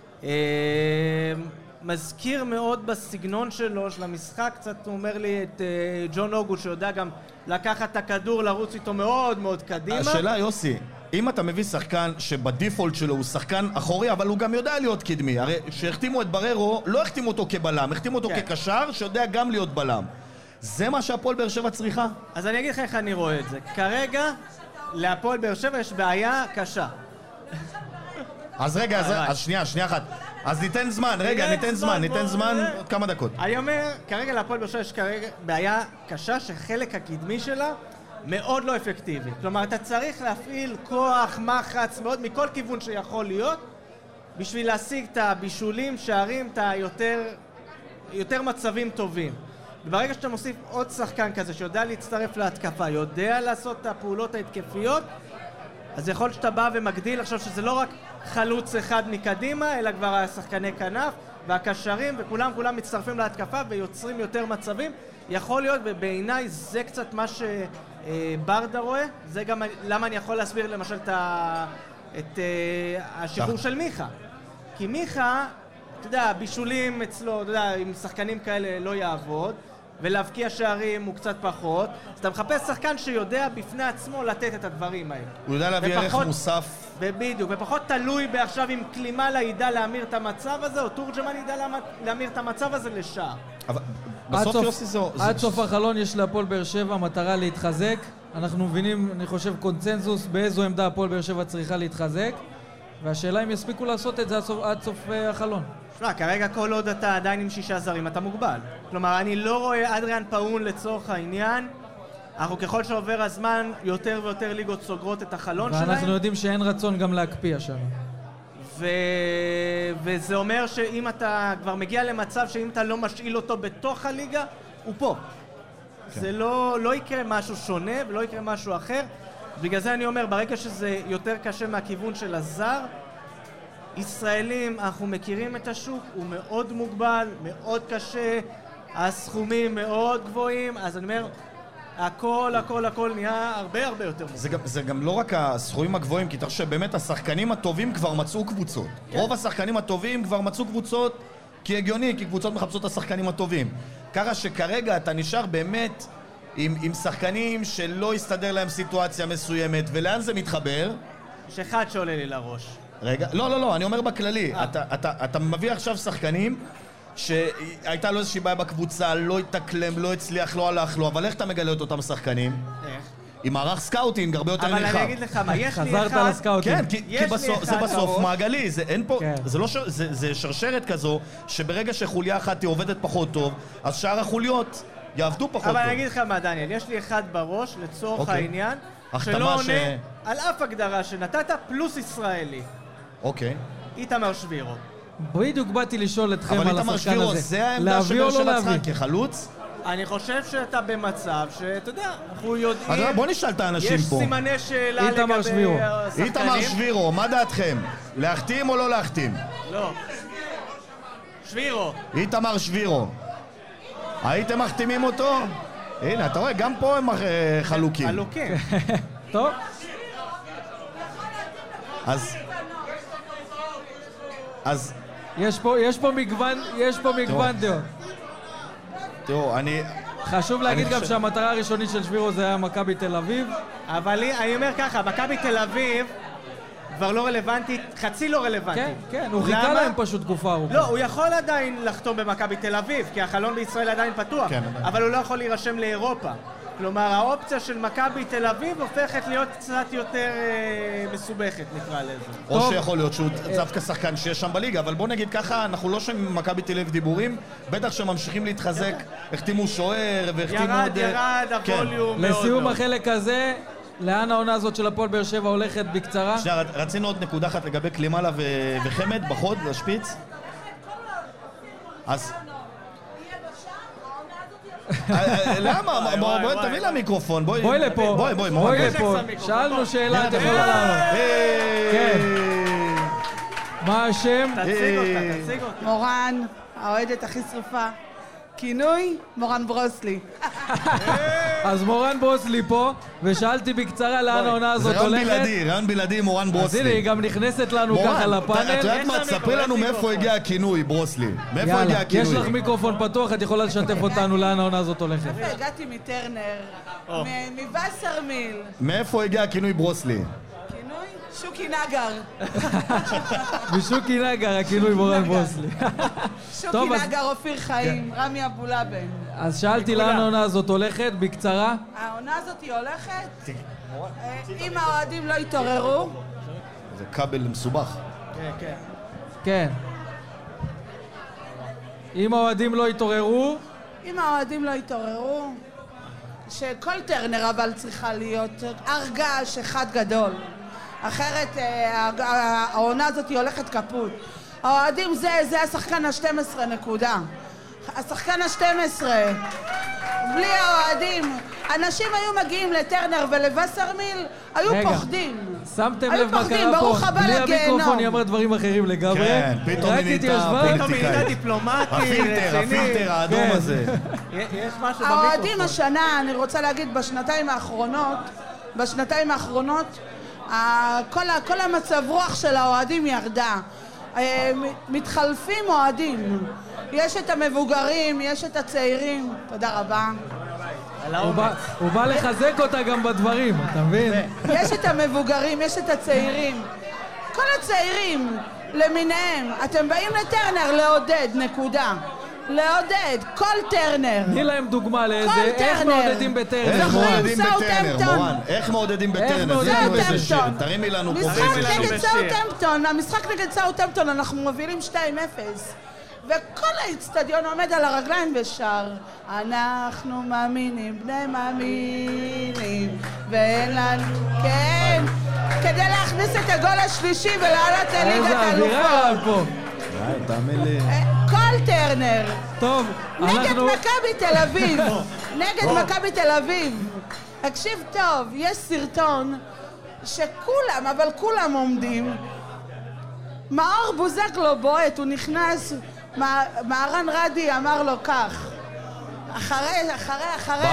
מזכיר מאוד בסגנון שלו, של המשחק, קצת הוא אומר לי את ג'ון אוגו שיודע גם לקחת את הכדור, לרוץ איתו מאוד מאוד קדימה. השאלה יוסי, אם אתה מביא שחקן שבדיפולט שלו הוא שחקן אחורי, אבל הוא גם יודע להיות קדמי, הרי שהחתימו את בררו, לא החתימו אותו כבלם, החתימו אותו כקשר שיודע גם להיות בלם. זה מה שהפועל באר שבע צריכה? אז אני אגיד לך איך אני רואה את זה. כרגע, להפועל באר שבע יש בעיה קשה. אז רגע, אז שנייה אחת. אז ניתן זמן, ניתן זמן עוד כמה דקות. אני אומר, כרגע להפועל באר שבע יש כרגע בעיה קשה שחלק הקדמי שלה מאוד לא אפקטיבי. כלומר, אתה צריך להפעיל כוח, מחץ, מאוד מכל כיוון שיכול להיות, בשביל להשיג את הבישולים, שערים, את יותר מצבים טובים. וברגע שאתה מוסיף עוד שחקן כזה שיודע להצטרף להתקפה, יודע לעשות את הפעולות ההתקפיות, אז יכול להיות שאתה בא ומגדיל עכשיו שזה לא רק חלוץ אחד מקדימה, אלא כבר השחקני כנף והקשרים, וכולם מצטרפים להתקפה ויוצרים יותר מצבים. יכול להיות, ובעיניי זה קצת מה שברדה רואה, זה גם למה אני יכול להסביר למשל את השחרור של מיכה. כי מיכה, אתה יודע, בישולים אצלו, אתה יודע, עם שחקנים כאלה לא יעבוד, ולהבקיע שערים הוא קצת פחות, אז אתה מחפש שחקן שיודע בפני עצמו לתת את הדברים האלה. הוא יודע להביא ערך מוסף. בדיוק, ופחות תלוי בעכשיו אם קלימלה ידע להמיר את המצב הזה, או תורג'מן ידע להמיר את המצב הזה לשער. אבל בסוף יוסי זה... עד סוף החלון יש להפועל באר שבע מטרה להתחזק. אנחנו מבינים, אני חושב, קונצנזוס באיזו עמדה הפועל באר שבע צריכה להתחזק, והשאלה אם יספיקו לעשות את זה עד סוף החלון. כרגע כל עוד אתה עדיין עם 6 זרים אתה מוגבל. כלומר, אני לא רואה אדריאן פאון לצורך העניין. אנחנו ככל שעובר הזמן, יותר ויותר ליגות סוגרות את החלון שלהם. ואנחנו יודעים שאין רצון גם להקפיא שם. וזה אומר שאם אתה כבר מגיע למצב שאם אתה לא משאיל אותו בתוך הליגה, הוא פה. כן. זה לא יקרה משהו שונה ולא יקרה משהו אחר. בגלל זה אני אומר, ברגע שזה יותר קשה מהכיוון של הזר, ישראלים, אנחנו מכירים את השוק, הוא מאוד מוגבל, מאוד קשה, הסכומים מאוד גבוהים, אז אני אומר, הכל נהיה הרבה יותר מוגבל. זה גם לא רק הסכומים הגבוהים, כי תחשב, באמת השחקנים הטובים כבר מצאו קבוצות. רוב השחקנים הטובים כבר מצאו קבוצות כי הגיוני, כי קבוצות מחפשות את השחקנים הטובים. ככה שכרגע אתה נשאר באמת עם שחקנים שלא יסתדר להם סיטואציה מסוימת, ולאן זה מתחבר? יש אחד שעולה לי לראש. רגע, לא, אני אומר בכללי. אתה מביא עכשיו שחקנים שהייתה לו איזושהי בעיה בקבוצה, לא התאקלם, לא הצליח, לא הלך לו, אבל איך אתה מגלה את אותם שחקנים? איך? עם מערך סקאוטינג הרבה יותר נרחב. אבל אני אגיד לך מה, יש לי אחד... חזרת לסקאוטינג. כן, כי זה בסוף מעגלי, זה שרשרת כזו, שברגע שחוליה אחת היא עובדת פחות טוב, אז שאר החוליות יעבדו פחות טוב. אבל אני אגיד לך מה, דניאל, יש לי אחד בראש, לצורך העניין, שלא עונה על אף הגדרה שנתת, פלוס ישראלי. אוקיי. איתמר שבירו. בדיוק באתי לשאול אתכם על השחקן הזה. אבל איתמר שבירו, זה העמדה של עצמך כחלוץ? אני חושב שאתה במצב שאתה יודע, אנחנו יודעים... בוא נשאל את האנשים פה. יש סימני שאלה לגבי השחקנים. איתמר שבירו, מה דעתכם? להחתים או לא להחתים? לא. שבירו. איתמר שבירו. הייתם מחתימים אותו? הנה, אתה רואה, גם פה הם חלוקים. חלוקים. טוב. אז... יש פה מגוון דעות. תראו, חשוב להגיד גם שהמטרה הראשונית של שבירו זה היה מכבי תל אביב. אבל אני אומר ככה, מכבי תל אביב כבר לא רלוונטית, חצי לא רלוונטית. כן, הוא חיכה להם פשוט תקופה ארוכה. לא, הוא יכול עדיין לחתום במכבי תל אביב, כי החלון בישראל עדיין פתוח, אבל הוא לא יכול להירשם לאירופה. כלומר, האופציה של מכבי תל אביב הופכת להיות קצת יותר מסובכת, נקרא לזה. או שיכול להיות שהוא דווקא שחקן שיש שם בליגה, אבל בוא נגיד ככה, אנחנו לא שומעים מכבי תל אביב דיבורים, בטח שממשיכים להתחזק, החתימו שוער והחתימו עוד... ירד, הווליום מאוד. לסיום החלק הזה, לאן העונה הזאת של הפועל באר שבע הולכת בקצרה? שנייה, רצינו עוד נקודה אחת לגבי קלימאלה וחמד בחוד, בשפיץ. אז... למה? בואי תביא למיקרופון. בואי לפה. בואי לפה. שאלנו שאלה, את יכולה לענות. כן. מה השם? תציג אותה. מורן, האוהדת הכי שרופה. כינוי, מורן ברוסלי. אז מורן ברוסלי פה, ושאלתי בקצרה לאן העונה הזאת הולכת. זה רעיון בלעדי, מורן ברוסלי. אז הנה, היא גם נכנסת לנו ככה לפאנל. את יודעת מה? תספרי לנו מאיפה הגיע הכינוי, ברוסלי. מאיפה הגיע הכינוי? יש לך מיקרופון פתוח, את יכולה לשתף אותנו לאן העונה הזאת הולכת. הגעתי מטרנר, מווסרמיל. מאיפה הגיע הכינוי ברוסלי? כינוי? שוקי נגר. משוקי נגר, הכינוי מורן ברוסלי. שוקי נגר, אופיר חיים, רמי אבולאבן. אז שאלתי לאן העונה הזאת הולכת, בקצרה. העונה הזאת היא הולכת, אם האוהדים לא יתעוררו. זה כבל מסובך. כן. אם האוהדים לא יתעוררו. אם האוהדים לא יתעוררו, שכל טרנר אבל צריכה להיות הרגש אחד גדול. אחרת העונה הזאת היא הולכת כפות. האוהדים זה השחקן ה-12 נקודה. השחקן ה-12. בלי האוהדים. אנשים היו מגיעים לטרנר ולווסרמיל, היו פוחדים. שמתם לב מה קרה פה? בלי המיקרופון היא אמרה דברים אחרים לגמרי. כן, פתאום היא נהייתה דיפלומטית. הפילטר האדום הזה. יש משהו במיקרופון. האוהדים השנה, אני רוצה להגיד, בשנתיים האחרונות, כל המצב רוח של האוהדים ירדה. מתחלפים אוהדים. יש את המבוגרים, יש את הצעירים. תודה רבה. הוא בא לחזק אותה גם בדברים, אתה מבין? יש את המבוגרים, יש את הצעירים. כל הצעירים למיניהם. אתם באים לטרנר לעודד, נקודה. לעודד, כל טרנר. תני להם דוגמה לאיזה, איך מעודדים בטרנר. איך מעודדים בטרנר, איך מעודדים בטרנר. תרימי לנו פה. משחק נגד סאוטהמפטון, המשחק נגד סאוטהמפטון, אנחנו מובילים 2-0. וכל האצטדיון עומד על הרגליים ושר אנחנו מאמינים, בני מאמינים ואין לנו, כן, כדי להכניס את הגול השלישי ולעלות לליגת האלופות. תאמין לי. כל טרנר. טוב, נגד מכבי תל אביב. נגד מכבי תל אביב. תקשיב טוב, יש סרטון שכולם, אבל כולם עומדים מאור בוזגלו בועט, הוא נכנס, מהרן רדי אמר לו כך, אחרי,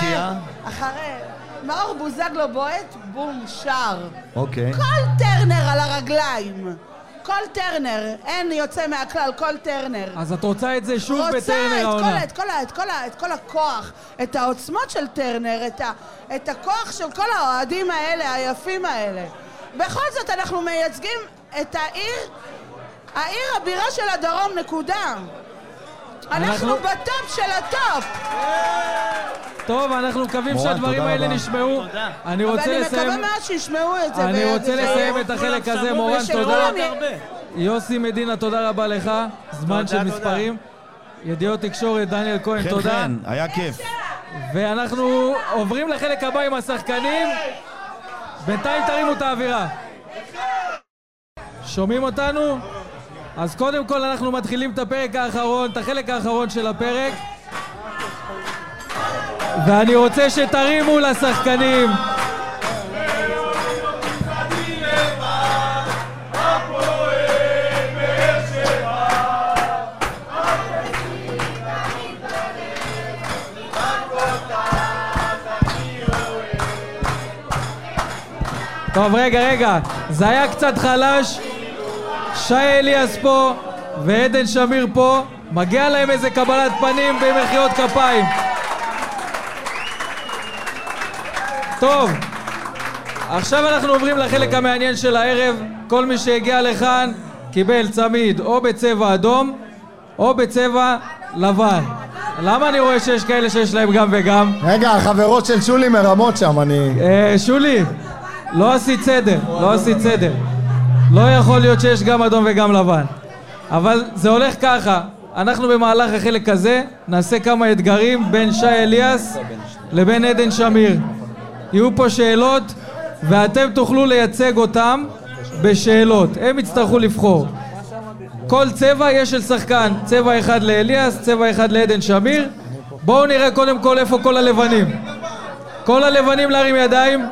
מאור בוזגלו בועט, בום, שר. אוקיי. כל טרנר על הרגליים. כל טרנר, אין יוצא מהכלל, כל טרנר. אז את רוצה את זה שוב בטרנר העונה. רוצה את כל הכוח, את העוצמות של טרנר, את הכוח של כל האוהדים האלה, היפים האלה. בכל זאת אנחנו מייצגים את העיר הבירה של הדרום, נקודה. אנחנו בטופ של הטופ. טוב, אנחנו מקווים שהדברים האלה נשמעו. אני רוצה לסיים... אבל אני מקווה מאוד שישמעו את זה. אני רוצה לסיים את החלק הזה. מורן, תודה. יוסי מדינה, תודה רבה לך. זמן של מספרים. ידיעות תקשורת, דניאל כהן, תודה. כן, היה כיף. ואנחנו עוברים לחלק הבא עם השחקנים. בינתיים תרימו את האווירה. שומעים אותנו? אז קודם כל אנחנו מתחילים את הפרק האחרון, את החלק האחרון של הפרק. ואני רוצה שתרימו לשחקנים. טוב, רגע, זה היה קצת חלש. שי אליאס פה ועדן שמיר פה, מגיע להם איזה קבלת פנים במחיאות כפיים. טוב, עכשיו אנחנו עוברים לחלק המעניין של הערב. כל מי שהגיע לכאן קיבל צמיד או בצבע אדום או בצבע לבן. למה אני רואה שיש כאלה שיש להם גם וגם? רגע, החברות של שולי מרמות שם, שולי, לא עשית סדר. לא יכול להיות שיש גם אדום וגם לבן. אבל זה הולך ככה. אנחנו במהלך החלק הזה נעשה כמה אתגרים בין שי אליאס לבין עדן שמיר. יהיו פה שאלות ואתם תוכלו לייצג אותם בשאלות. הם יצטרכו לבחור. כל צבע יש של שחקן. צבע אחד לאליאס, צבע אחד לעדן שמיר. בואו נראה קודם כל איפה כל הלבנים. כל הלבנים להרים ידיים.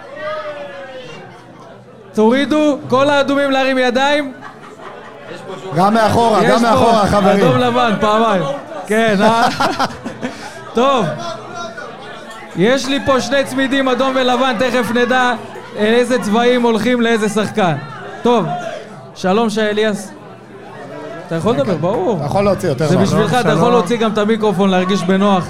תורידו, כל האדומים להרים ידיים. גם מאחורה, חברים. אדום לבן, פעמיים. כן, טוב. יש לי פה שני צמידים, אדום ולבן, תכף נדע איזה צבעים הולכים לאיזה שחקן. טוב, שלום שי אליאס. אתה יכול לדבר, ברור. אתה יכול להוציא יותר. זה בשבילך, אתה יכול להוציא גם את המיקרופון, להרגיש בנוח.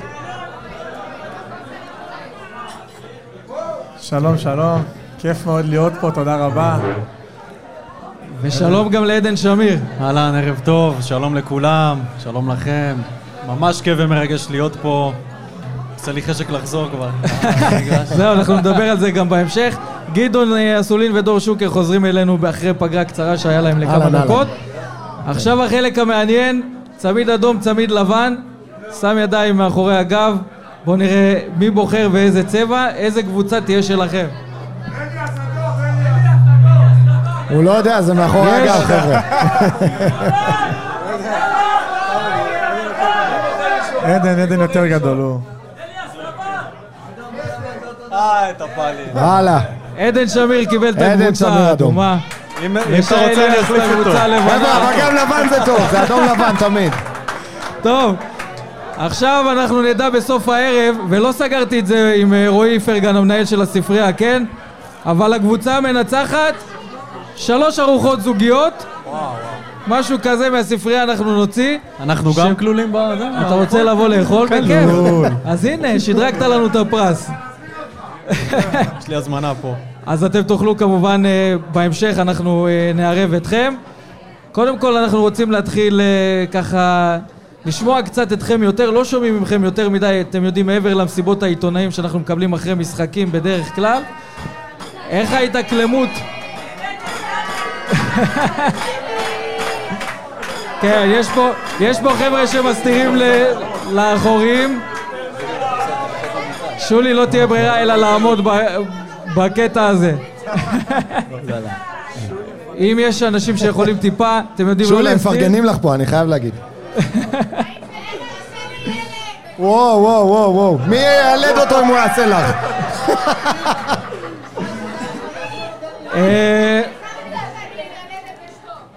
שלום. כיף מאוד להיות פה, תודה רבה. ושלום גם לעדן שמיר. אהלן, ערב טוב, שלום לכולם, שלום לכם. ממש כיף ומרגש להיות פה. עושה לי חשק לחזור כבר. זהו, אנחנו נדבר על זה גם בהמשך. גדעון אסולין ודור שוקר חוזרים אלינו אחרי פגרה קצרה שהיה להם לכמה דקות. עכשיו החלק המעניין, צמיד אדום, צמיד לבן. שם ידיים מאחורי הגב. בואו נראה מי בוחר ואיזה צבע, איזה קבוצה תהיה שלכם. הוא לא יודע, זה מאחורי הגב, חבר'ה. עדן יותר גדול, הוא. את הפאלי. הלאה. עדן שמיר קיבל את הקבוצה האדומה. אם אתה רוצה אני אחליף אותו. אבל גם לבן זה טוב, זה אדום לבן תמיד. טוב, עכשיו אנחנו נדע בסוף הערב, ולא סגרתי את זה עם רועי פרגן, המנהל של הספרייה, כן? אבל הקבוצה מנצחת 3 ארוחות זוגיות. משהו כזה מהספרייה אנחנו נוציא. אנחנו גם כלולים בזה. אתה רוצה לבוא לאכול? בכיף. אז הנה, שדרגת לנו את הפרס. יש לי הזמנה פה. אז אתם תוכלו כמובן בהמשך, אנחנו נערב אתכם. קודם כל אנחנו רוצים להתחיל ככה לשמוע קצת אתכם יותר, לא שומעים מכם יותר מדי, אתם יודעים, מעבר למסיבות העיתונאים שאנחנו מקבלים אחרי משחקים בדרך כלל. איך ההתאקלמות? כן, יש פה חבר'ה שמסתירים לאחורים. שולי לא תהיה ברירה אלא לעמוד בקטע הזה. אם יש אנשים שיכולים טיפה, אתם יודעים לא להסתיר. שולי, מפרגנים לך פה, אני חייב להגיד. וואו, מי ילד אותו אם הוא יעשה לך?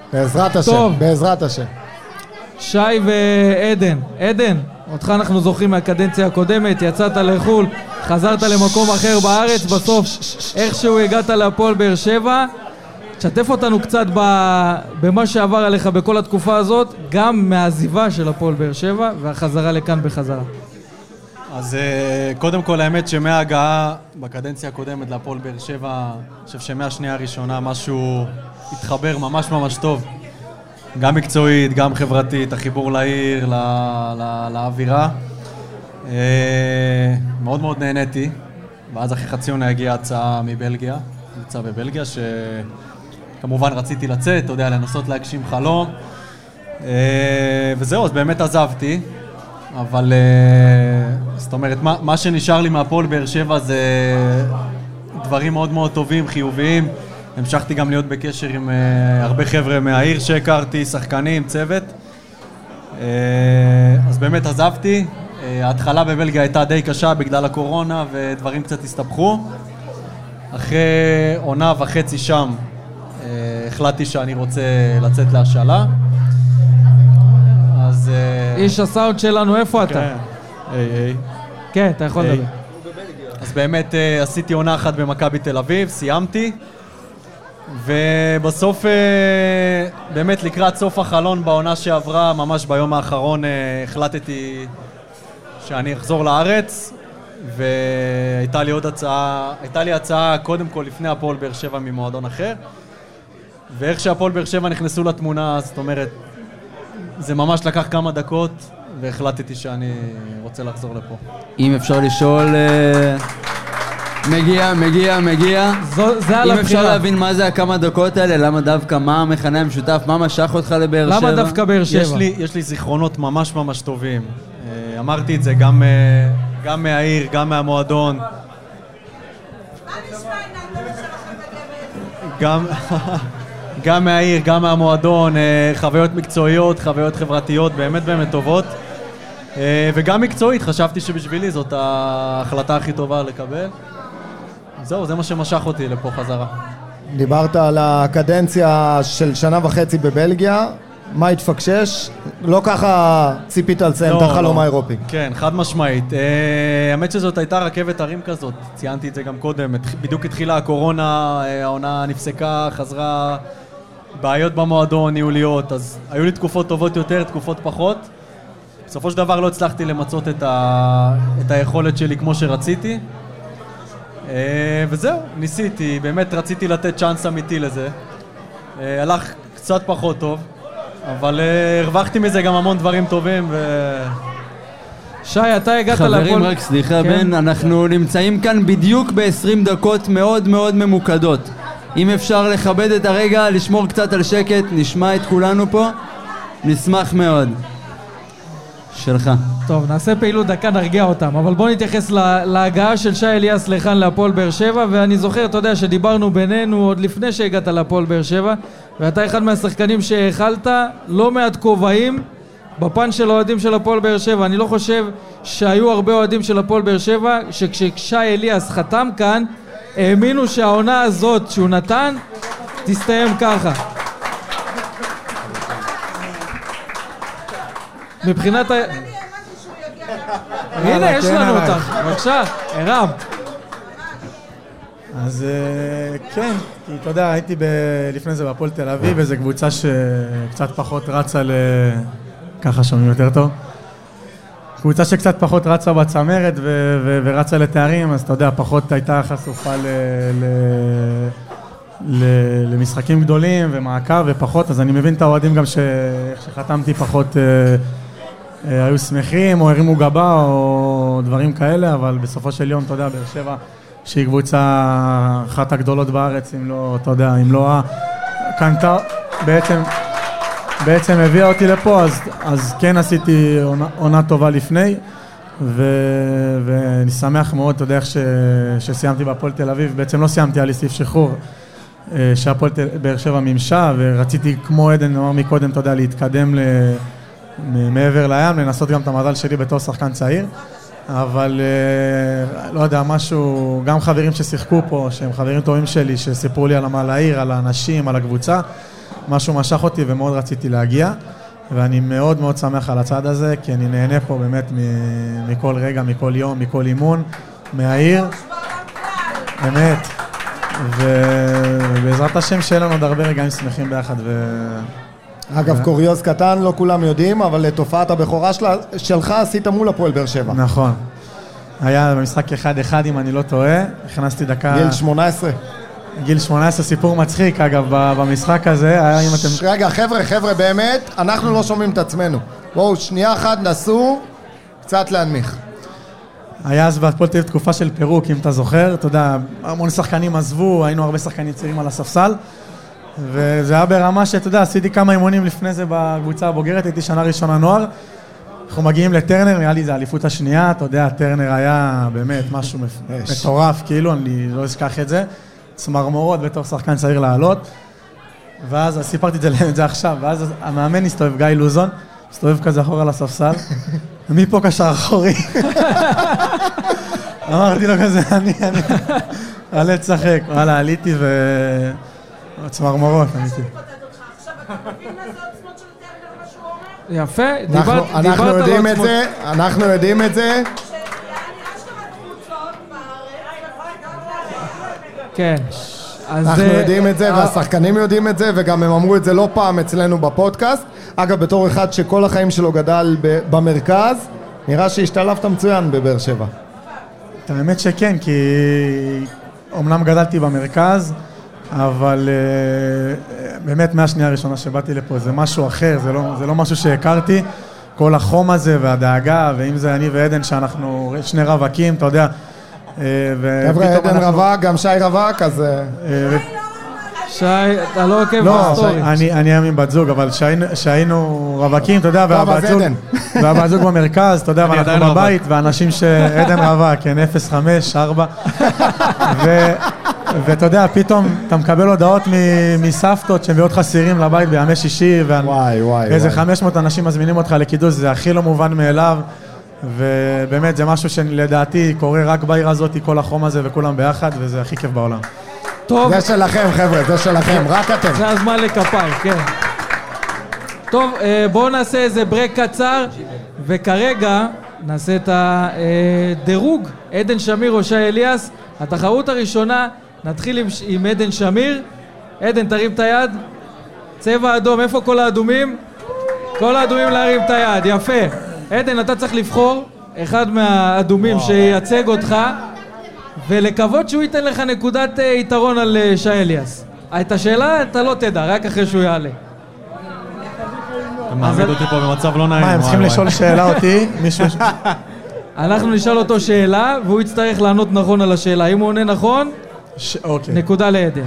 בעזרת השם, טוב. בעזרת השם. שי ועדן, עדן, אותך אנחנו זוכרים מהקדנציה הקודמת, יצאת לחול, חזרת למקום אחר בארץ, בסוף איכשהו הגעת להפועל באר שבע. תשתף אותנו קצת במה שעבר עליך בכל התקופה הזאת, גם מהעזיבה של הפועל באר שבע והחזרה לכאן בחזרה. אז קודם כל האמת שמההגעה בקדנציה הקודמת להפועל באר שבע, אני חושב שמהשנייה הראשונה משהו התחבר ממש ממש טוב. גם מקצועית, גם חברתית, החיבור לעיר, לאווירה. מאוד מאוד נהניתי, ואז אחרי חצי עונה הגיעה הצעה מבלגיה, קבוצה בבלגיה, שכמובן רציתי לצאת, אתה יודע, לנסות להגשים חלום. וזהו, אז באמת עזבתי, אבל זאת אומרת, מה שנשאר לי מהפועל באר שבע זה דברים מאוד מאוד טובים, חיוביים. המשכתי גם להיות בקשר עם הרבה חבר'ה מהעיר שהכרתי, שחקנים, צוות. אז באמת עזבתי. ההתחלה בבלגיה הייתה די קשה בגלל הקורונה ודברים קצת הסתבכו. אחרי עונה וחצי שם החלטתי שאני רוצה לצאת להשאלה. אז... איש הסאונד שלנו, איפה אתה? היי. כן, אתה יכול לדבר. אז באמת עשיתי עונה אחת במכבי תל אביב, סיימתי. ובסוף, באמת לקראת סוף החלון בעונה שעברה, ממש ביום האחרון החלטתי שאני אחזור לארץ, והייתה לי עוד הצעה, הייתה לי הצעה קודם כל לפני הפועל באר שבע ממועדון אחר, ואיך שהפועל באר שבע נכנסו לתמונה, זאת אומרת, זה ממש לקח כמה דקות, והחלטתי שאני רוצה לחזור לפה. אם אפשר לשאול... מגיע. זה על אם אפשר הבחירה. להבין מה זה הכמה דקות האלה, למה דווקא, מה המכנה המשותף, מה משך אותך לבאר שבע? למה דווקא באר שבע? יש לי זיכרונות ממש ממש טובים. אמרתי את זה גם מהעיר, גם מהמועדון. מה נשמע עם הנדלת שלכם בגבת? גם מהעיר, גם מהמועדון, חוויות מקצועיות, חוויות חברתיות, באמת באמת טובות. וגם מקצועית, חשבתי שבשבילי זאת ההחלטה הכי טובה לקבל. זהו, זה מה שמשך אותי לפה חזרה. דיברת על הקדנציה של שנה וחצי בבלגיה, מה התפקשש? לא ככה ציפית לסיים את החלום האירופי. כן, חד משמעית. האמת שזאת הייתה רכבת הרים כזאת, ציינתי את זה גם קודם, בדיוק התחילה הקורונה, העונה נפסקה, חזרה בעיות במועדון, ניהוליות, אז היו לי תקופות טובות יותר, תקופות פחות. בסופו של דבר לא הצלחתי למצות את היכולת שלי כמו שרציתי. וזהו, ניסיתי, באמת רציתי לתת צ'אנס אמיתי לזה. הלך קצת פחות טוב, אבל הרווחתי מזה גם המון דברים טובים שי, אתה הגעת חברים, רק סליחה, בן, אנחנו נמצאים כאן בדיוק ב-20 דקות מאוד מאוד ממוקדות. אם אפשר לכבד את הרגע, לשמור קצת על שקט, נשמע את כולנו פה, נשמח מאוד. שלך. טוב, נעשה פעילות דקה, נרגיע אותם, אבל בוא נתייחס להגעה של שי אליאס לכאן להפועל באר שבע, ואני זוכר, אתה יודע, שדיברנו בינינו עוד לפני שהגעת להפועל באר שבע, ואתה אחד מהשחקנים שהאכלת לא מעט כובעים בפן של האוהדים של הפועל באר שבע. אני לא חושב שהיו הרבה אוהדים של הפועל באר שבע שכששי אליאס חתם כאן, האמינו שהעונה הזאת שהוא נתן תסתיים ככה. מבחינת הנה, יש לנו אותך. בבקשה, ערב. אז כן, כי אתה יודע, הייתי לפני זה בהפועל תל אביב, וזו קבוצה שקצת פחות רצה ככה שומעים יותר טוב. קבוצה שקצת פחות רצה בצמרת ורצה לתארים, אז אתה יודע, פחות הייתה חשופה למשחקים גדולים ומעקב ופחות, אז אני מבין את האוהדים גם שחתמתי פחות היו שמחים או הרימו גבה או דברים כאלה, אבל בסופו של יום, אתה יודע, באר שבע שהיא קבוצה אחת הגדולות בארץ, אם לא, אתה יודע, אם לא קנתה, בעצם הביאה אותי לפה, אז כן עשיתי עונה טובה לפני, ואני שמח מאוד, אתה יודע, איך שסיימתי בהפועל תל אביב, בעצם לא סיימתי, היה לי סעיף שחרור, שהפועל באר שבע מימשה, ורציתי כמו עדן, נאמר מקודם, אתה יודע, להתקדם מעבר לים, לנסות גם את המזל שלי בתור שחקן צעיר, אבל לא יודע, משהו, גם חברים ששיחקו פה, שהם חברים טובים שלי, שסיפרו לי על העיר, על האנשים, על הקבוצה, משהו משך אותי ומאוד רציתי להגיע, ואני מאוד מאוד שמח על הצד הזה, כי אני נהנה פה באמת מכל רגע, מכל יום, מכל אימון, מהעיר, באמת, ובעזרת השם שיהיה לנו עוד הרבה רגעים שמחים ביחד. אגב, קוריוז קטן, לא כולם יודעים, אבל לתופעת הבכורה שלך עשית מול הפועל באר שבע. נכון. היה במשחק 1-1 אם אני לא טועה, הכנסתי דקה... גיל 18. גיל 18, סיפור מצחיק אגב במשחק הזה, היה אם אתם... רגע, חבר'ה, באמת, אנחנו לא שומעים את עצמנו. בואו, שנייה אחת נסו, קצת להנמיך. היה אז בהפועל תל אביב תקופה של פירוק, אם אתה זוכר, אתה יודע, המון שחקנים עזבו, היינו הרבה שחקנים צעירים על הספסל, וזה היה ברמה שאתה יודע, עשיתי כמה אימונים לפני זה בקבוצה הבוגרת, הייתי שנה ראשונה נוער, אנחנו מגיעים לטרנר, נראה לי זה האליפות השנייה, אתה יודע, טרנר היה באמת משהו מטורף, כאילו, אני לא אשכח את זה, צמרמורות בתור שחקן צעיר לעלות, ואז סיפרתי את זה עכשיו, ואז המאמן הסתובב, גיא לוזון, הסתובב כזה אחורה לספסל, מי פה קשר אחורי? אמרתי לו כזה, אני עלה לשחק, וואלה, עליתי וצמרמורות, עליתי. יפה, אנחנו יודעים את זה, אנחנו יודעים את זה. כן. אנחנו יודעים את זה, והשחקנים יודעים את זה, וגם הם אמרו את זה לא פעם אצלנו בפודקאסט. אגב, בתור אחד שכל החיים שלו גדל במרכז, נראה שהשתלבת מצוין בבאר שבע. האמת שכן, כי אומנם גדלתי במרכז, אבל באמת מהשנייה הראשונה שבאתי לפה זה משהו אחר, זה לא משהו שהכרתי. כל החום הזה והדאגה, ואם זה אני ועדן שאנחנו שני רווקים, אתה יודע. חבר'ה, עדן רווק, גם שי רווק, אז... שי, אתה לא עוקב בסטורי. אני עם בת זוג, אבל שהיינו רווקים, אתה יודע, והבת זוג במרכז, אתה יודע, ואנחנו בבית, ואנשים שעדן רווק, 0, 5, 4, ואתה יודע, פתאום אתה מקבל הודעות מסבתות שמביאות לך סירים לבית בימי שישי, ואיזה 500 אנשים מזמינים אותך לקידוש, זה הכי לא מובן מאליו, ובאמת זה משהו שלדעתי קורה רק בעיר הזאת, כל החום הזה וכולם ביחד, וזה הכי כיף בעולם. טוב. זה שלכם, חבר'ה, זה שלכם, רק אתם. זה הזמן לכפיים, כן. טוב, בואו נעשה איזה ברק קצר, וכרגע נעשה את הדירוג. עדן שמיר או שי אליאס, התחרות הראשונה, נתחיל עם עדן שמיר. עדן, תרים את היד. צבע אדום, איפה כל האדומים? כל האדומים להרים את היד, יפה. עדן, אתה צריך לבחור אחד מהאדומים שייצג אותך, ולקוות שהוא ייתן לך נקודת יתרון על שי אליאס. את השאלה אתה לא תדע, רק אחרי שהוא יעלה. אתה מעמיד אותי פה במצב לא נעים. מה, הם צריכים לשאול שאלה אותי? אנחנו נשאל אותו שאלה, והוא יצטרך לענות נכון על השאלה. אם הוא עונה נכון, נקודה לעדן.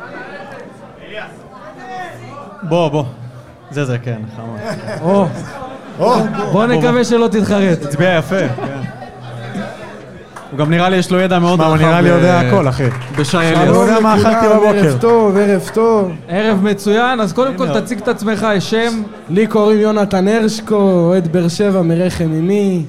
בוא. זה, כן, חמוד. בוא נקווה שלא תתחרט. תצביע יפה, כן. הוא גם נראה לי יש לו ידע מאוד רחב. הוא נראה לי יודע הכל, אחי. בשי אליאס. לא יודע מה אכלתי בבוקר. ערב טוב. ערב מצוין, אז קודם כל תציג את עצמך, שם. לי קוראים יונתן הרשקו, אוהד באר שבע מרחם אמי.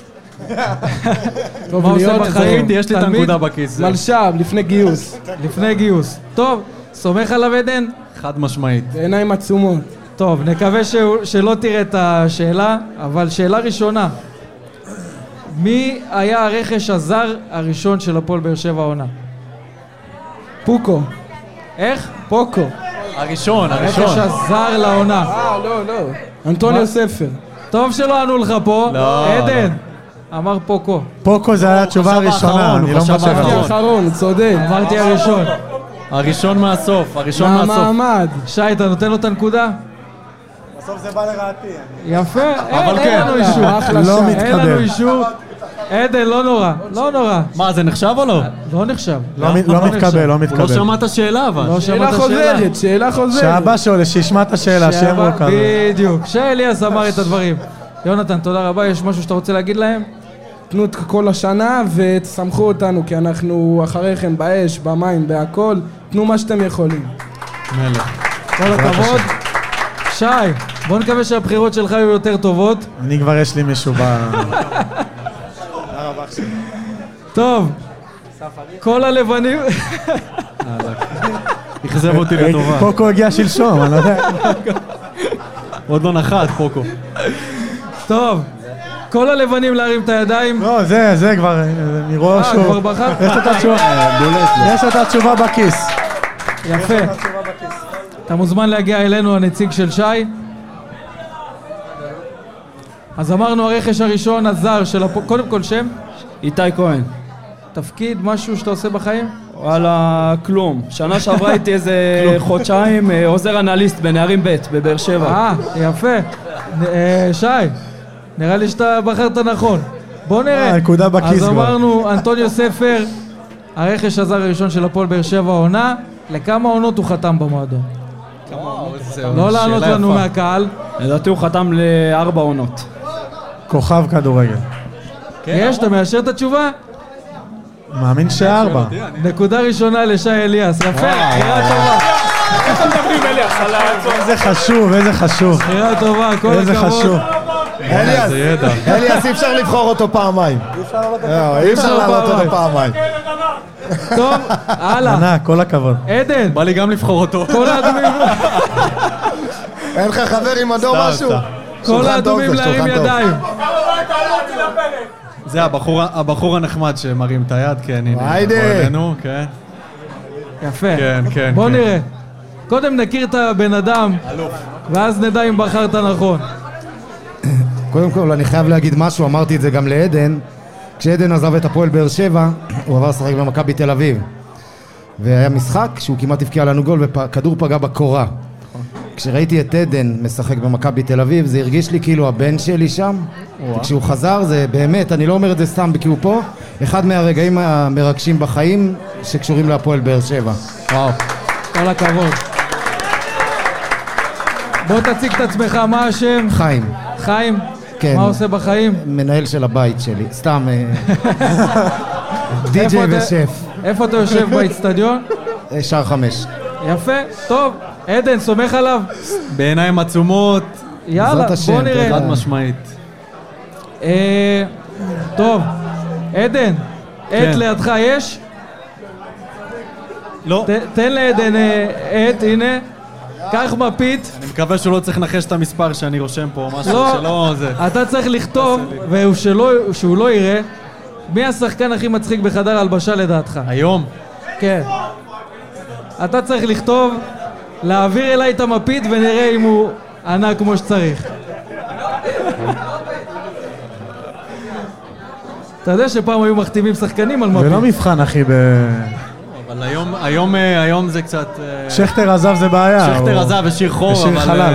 מה עושה בחיים? יש לי את הנקודה בכיס. מלשב, לפני גיוס. טוב, סומך עליו עדן? חד משמעית. בעיניים עצומות. טוב, נקווה שלא תראה את השאלה, אבל שאלה ראשונה. מי היה הרכש הזר הראשון של הפועל באר שבע העונה? פוקו. איך? פוקו. הראשון. הרכש הזר לעונה. לא. אנטוניו ספר. טוב שלא ענו לך פה. עדן. אמר פוקו. פוקו זה היה התשובה הראשונה, אני לא חשבתי האחרון, צודק. אמרתי הראשון. הראשון מהסוף. מהמעמד. שי, אתה נותן לו את הנקודה? בסוף זה בא לרעתי. יפה, אבל אין לנו אישור. לא מתקבל. אין לנו אישור. עדן, לא נורא. מה, זה נחשב או לא? לא נחשב. לא מתקבל. הוא לא שמע את השאלה אבל. שאלה חוזרת. שהבא שעולה, שישמע את השאלה, שיאמרו כזה. בדיוק. שי אליאס אמר את הדברים. יונתן, תודה רבה. יש משהו שאתה רוצה להגיד להם? תנו את כל השנה ותסמכו אותנו, כי אנחנו אחריכם באש, במים, בהכל. תנו מה שאתם יכולים. מלך. כל הכבוד. שי, בוא נקווה שהבחירות שלך יהיו יותר טובות. אני כבר יש לי מישהו טוב, כל הלבנים... אכזב אותי לטובה. פוקו הגיע שלשום, אני לא יודע. עוד לא נחת, פוקו. טוב, כל הלבנים להרים את הידיים. לא, זה כבר, אני רואה שהוא... כבר בחר? יש את התשובה בכיס. יפה. אתה מוזמן להגיע אלינו, הנציג של שי. אז אמרנו הרכש הראשון, הזר של קודם כל שם? איתי כהן. תפקיד, משהו שאתה עושה בחיים? וואלה, כלום. שנה שעברה הייתי איזה חודשיים עוזר אנליסט בנערים ב' בבאר שבע. יפה. שי, נראה לי שאתה בחרת נכון. בוא נראה. נקודה בכיס כבר. אז אמרנו, אנטוניו ספר, הרכש הזר הראשון של הפועל באר שבע עונה, לכמה עונות הוא חתם במועדון? לא לענות לנו מהקהל. לדעתי הוא חתם ל4 עונות. כוכב כדורגל. יש, אתה מאשר את התשובה? מאמין ש4. נקודה ראשונה לשי אליאס. יפה, בחירה טובה. איך אתם מדברים אליאס? איזה חשוב, איזה חשוב. בחירה טובה, כל הכבוד. איזה חשוב. אליאס, אי אפשר לבחור אותו פעמיים. אי אפשר לעלות אותו פעמיים. טוב, הלאה. ענק, כל הכבוד. עדן. בא לי גם לבחור אותו. כל האדומים. אין לך חבר עם הדור משהו? כל האדומים להרים ידיים. זה הבחור הנחמד שמרים את היד, כן, הנה. היידה. כן. יפה. כן. בוא נראה. קודם נכיר את הבן אדם, ואז נדע אם בחרת נכון. קודם כל, אני חייב להגיד משהו, אמרתי את זה גם לעדן. כשעדן עזב את הפועל באר שבע, הוא עבר לשחק במכבי תל אביב. והיה משחק שהוא כמעט הבקיע לנו גול וכדור פגע בקורה. כשראיתי את עדן משחק במכבי תל אביב, זה הרגיש לי כאילו הבן שלי שם. וכשהוא חזר, זה באמת, אני לא אומר את זה סתם כי הוא פה, אחד מהרגעים המרגשים בחיים שקשורים להפועל באר שבע. וואו, כל הכבוד. בוא תציג את עצמך, מה השם? חיים. חיים? כן. מה עושה בחיים? מנהל של הבית שלי, סתם די-ג'יי ושף. איפה אתה יושב באצטדיון? שער 5. יפה, טוב. עדן, סומך עליו? בעיניים עצומות. יאללה, בוא נראה. חד משמעית. טוב, עדן, עת לידך יש? לא. תן לעדן עת, הנה. קח מפית. אני מקווה שהוא לא צריך לנחש את המספר שאני רושם פה, משהו שלא זה. אתה צריך לכתוב, שהוא לא יראה, מי השחקן הכי מצחיק בחדר הלבשה לדעתך? היום? כן. אתה צריך לכתוב, להעביר אליי את המפית ונראה אם הוא ענה כמו שצריך. אתה יודע שפעם היו מחתימים שחקנים על מפית. זה לא מבחן אחי אבל היום זה קצת... שכטר עזב זה בעיה. שכטר עזב ושיר חור, אבל... ושיר חלל.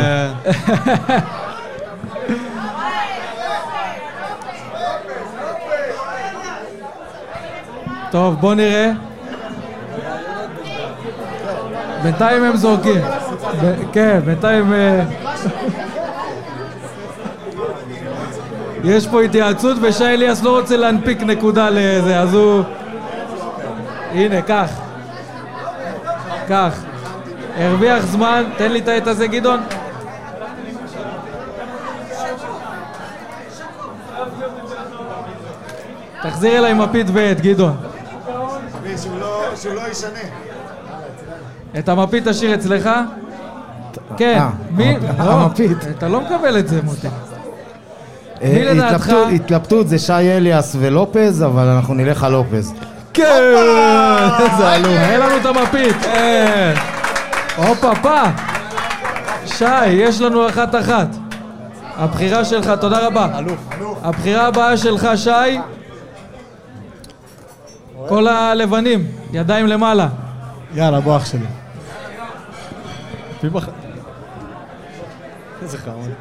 טוב, בוא נראה. בינתיים הם זורקים. כן, בינתיים... יש פה התייעצות ושי אליאס לא רוצה להנפיק נקודה לזה, אז הוא... הנה, כך. הרוויח זמן, תן לי את העת הזה, גדעון. תחזיר אליי מפית ועת, גדעון. שהוא לא ישנה. את המפית תשאיר אצלך? כן. מי? המפית. אתה לא מקבל את זה, מוטי. מי לדעתך? התלבטות זה שי אליאס ולופז, אבל אנחנו נלך על לופז. כן! איזה אלוף. היה לנו את המפית. הופה. שי, יש לנו 1-1. הבחירה שלך, תודה רבה. הבחירה הבאה שלך, שי. כל הלבנים, ידיים למעלה. יאללה, בוא אח שלי. איזה חרון.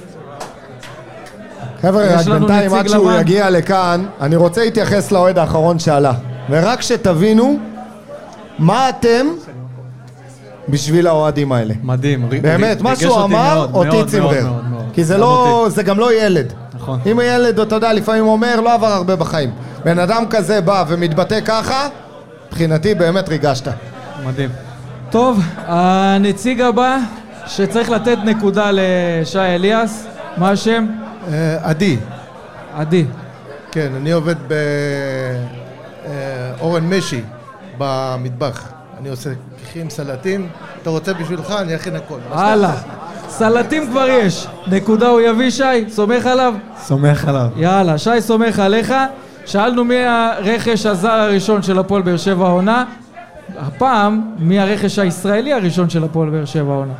חבר'ה, רק בינתיים עד שהוא יגיע לכאן, אני רוצה להתייחס לאוהד האחרון שעלה. ורק שתבינו מה אתם בשביל האוהדים האלה. מדהים. באמת, מה שהוא אמר, אותי צמרר. כי זה גם לא ילד. נכון. אם הילד, אתה יודע, לפעמים אומר, לא עבר הרבה בחיים. בן אדם כזה בא ומתבטא ככה, מבחינתי באמת ריגשת. מדהים. טוב, הנציג הבא שצריך לתת נקודה לשי אליאס, מה השם? עדי. עדי. כן, אני עובד באורן משי במטבח. אני עושה כיכים, סלטים, אתה רוצה בשבילך, אני אכין הכל. הלאה, סלטים כבר יש. נקודה הוא יביא, שי? סומך עליו? סומך עליו. יאללה, שי סומך עליך. שאלנו מי הרכש הזר הראשון של הפועל באר שבע העונה. הפעם, מי הרכש הישראלי הראשון של הפועל באר שבע העונה?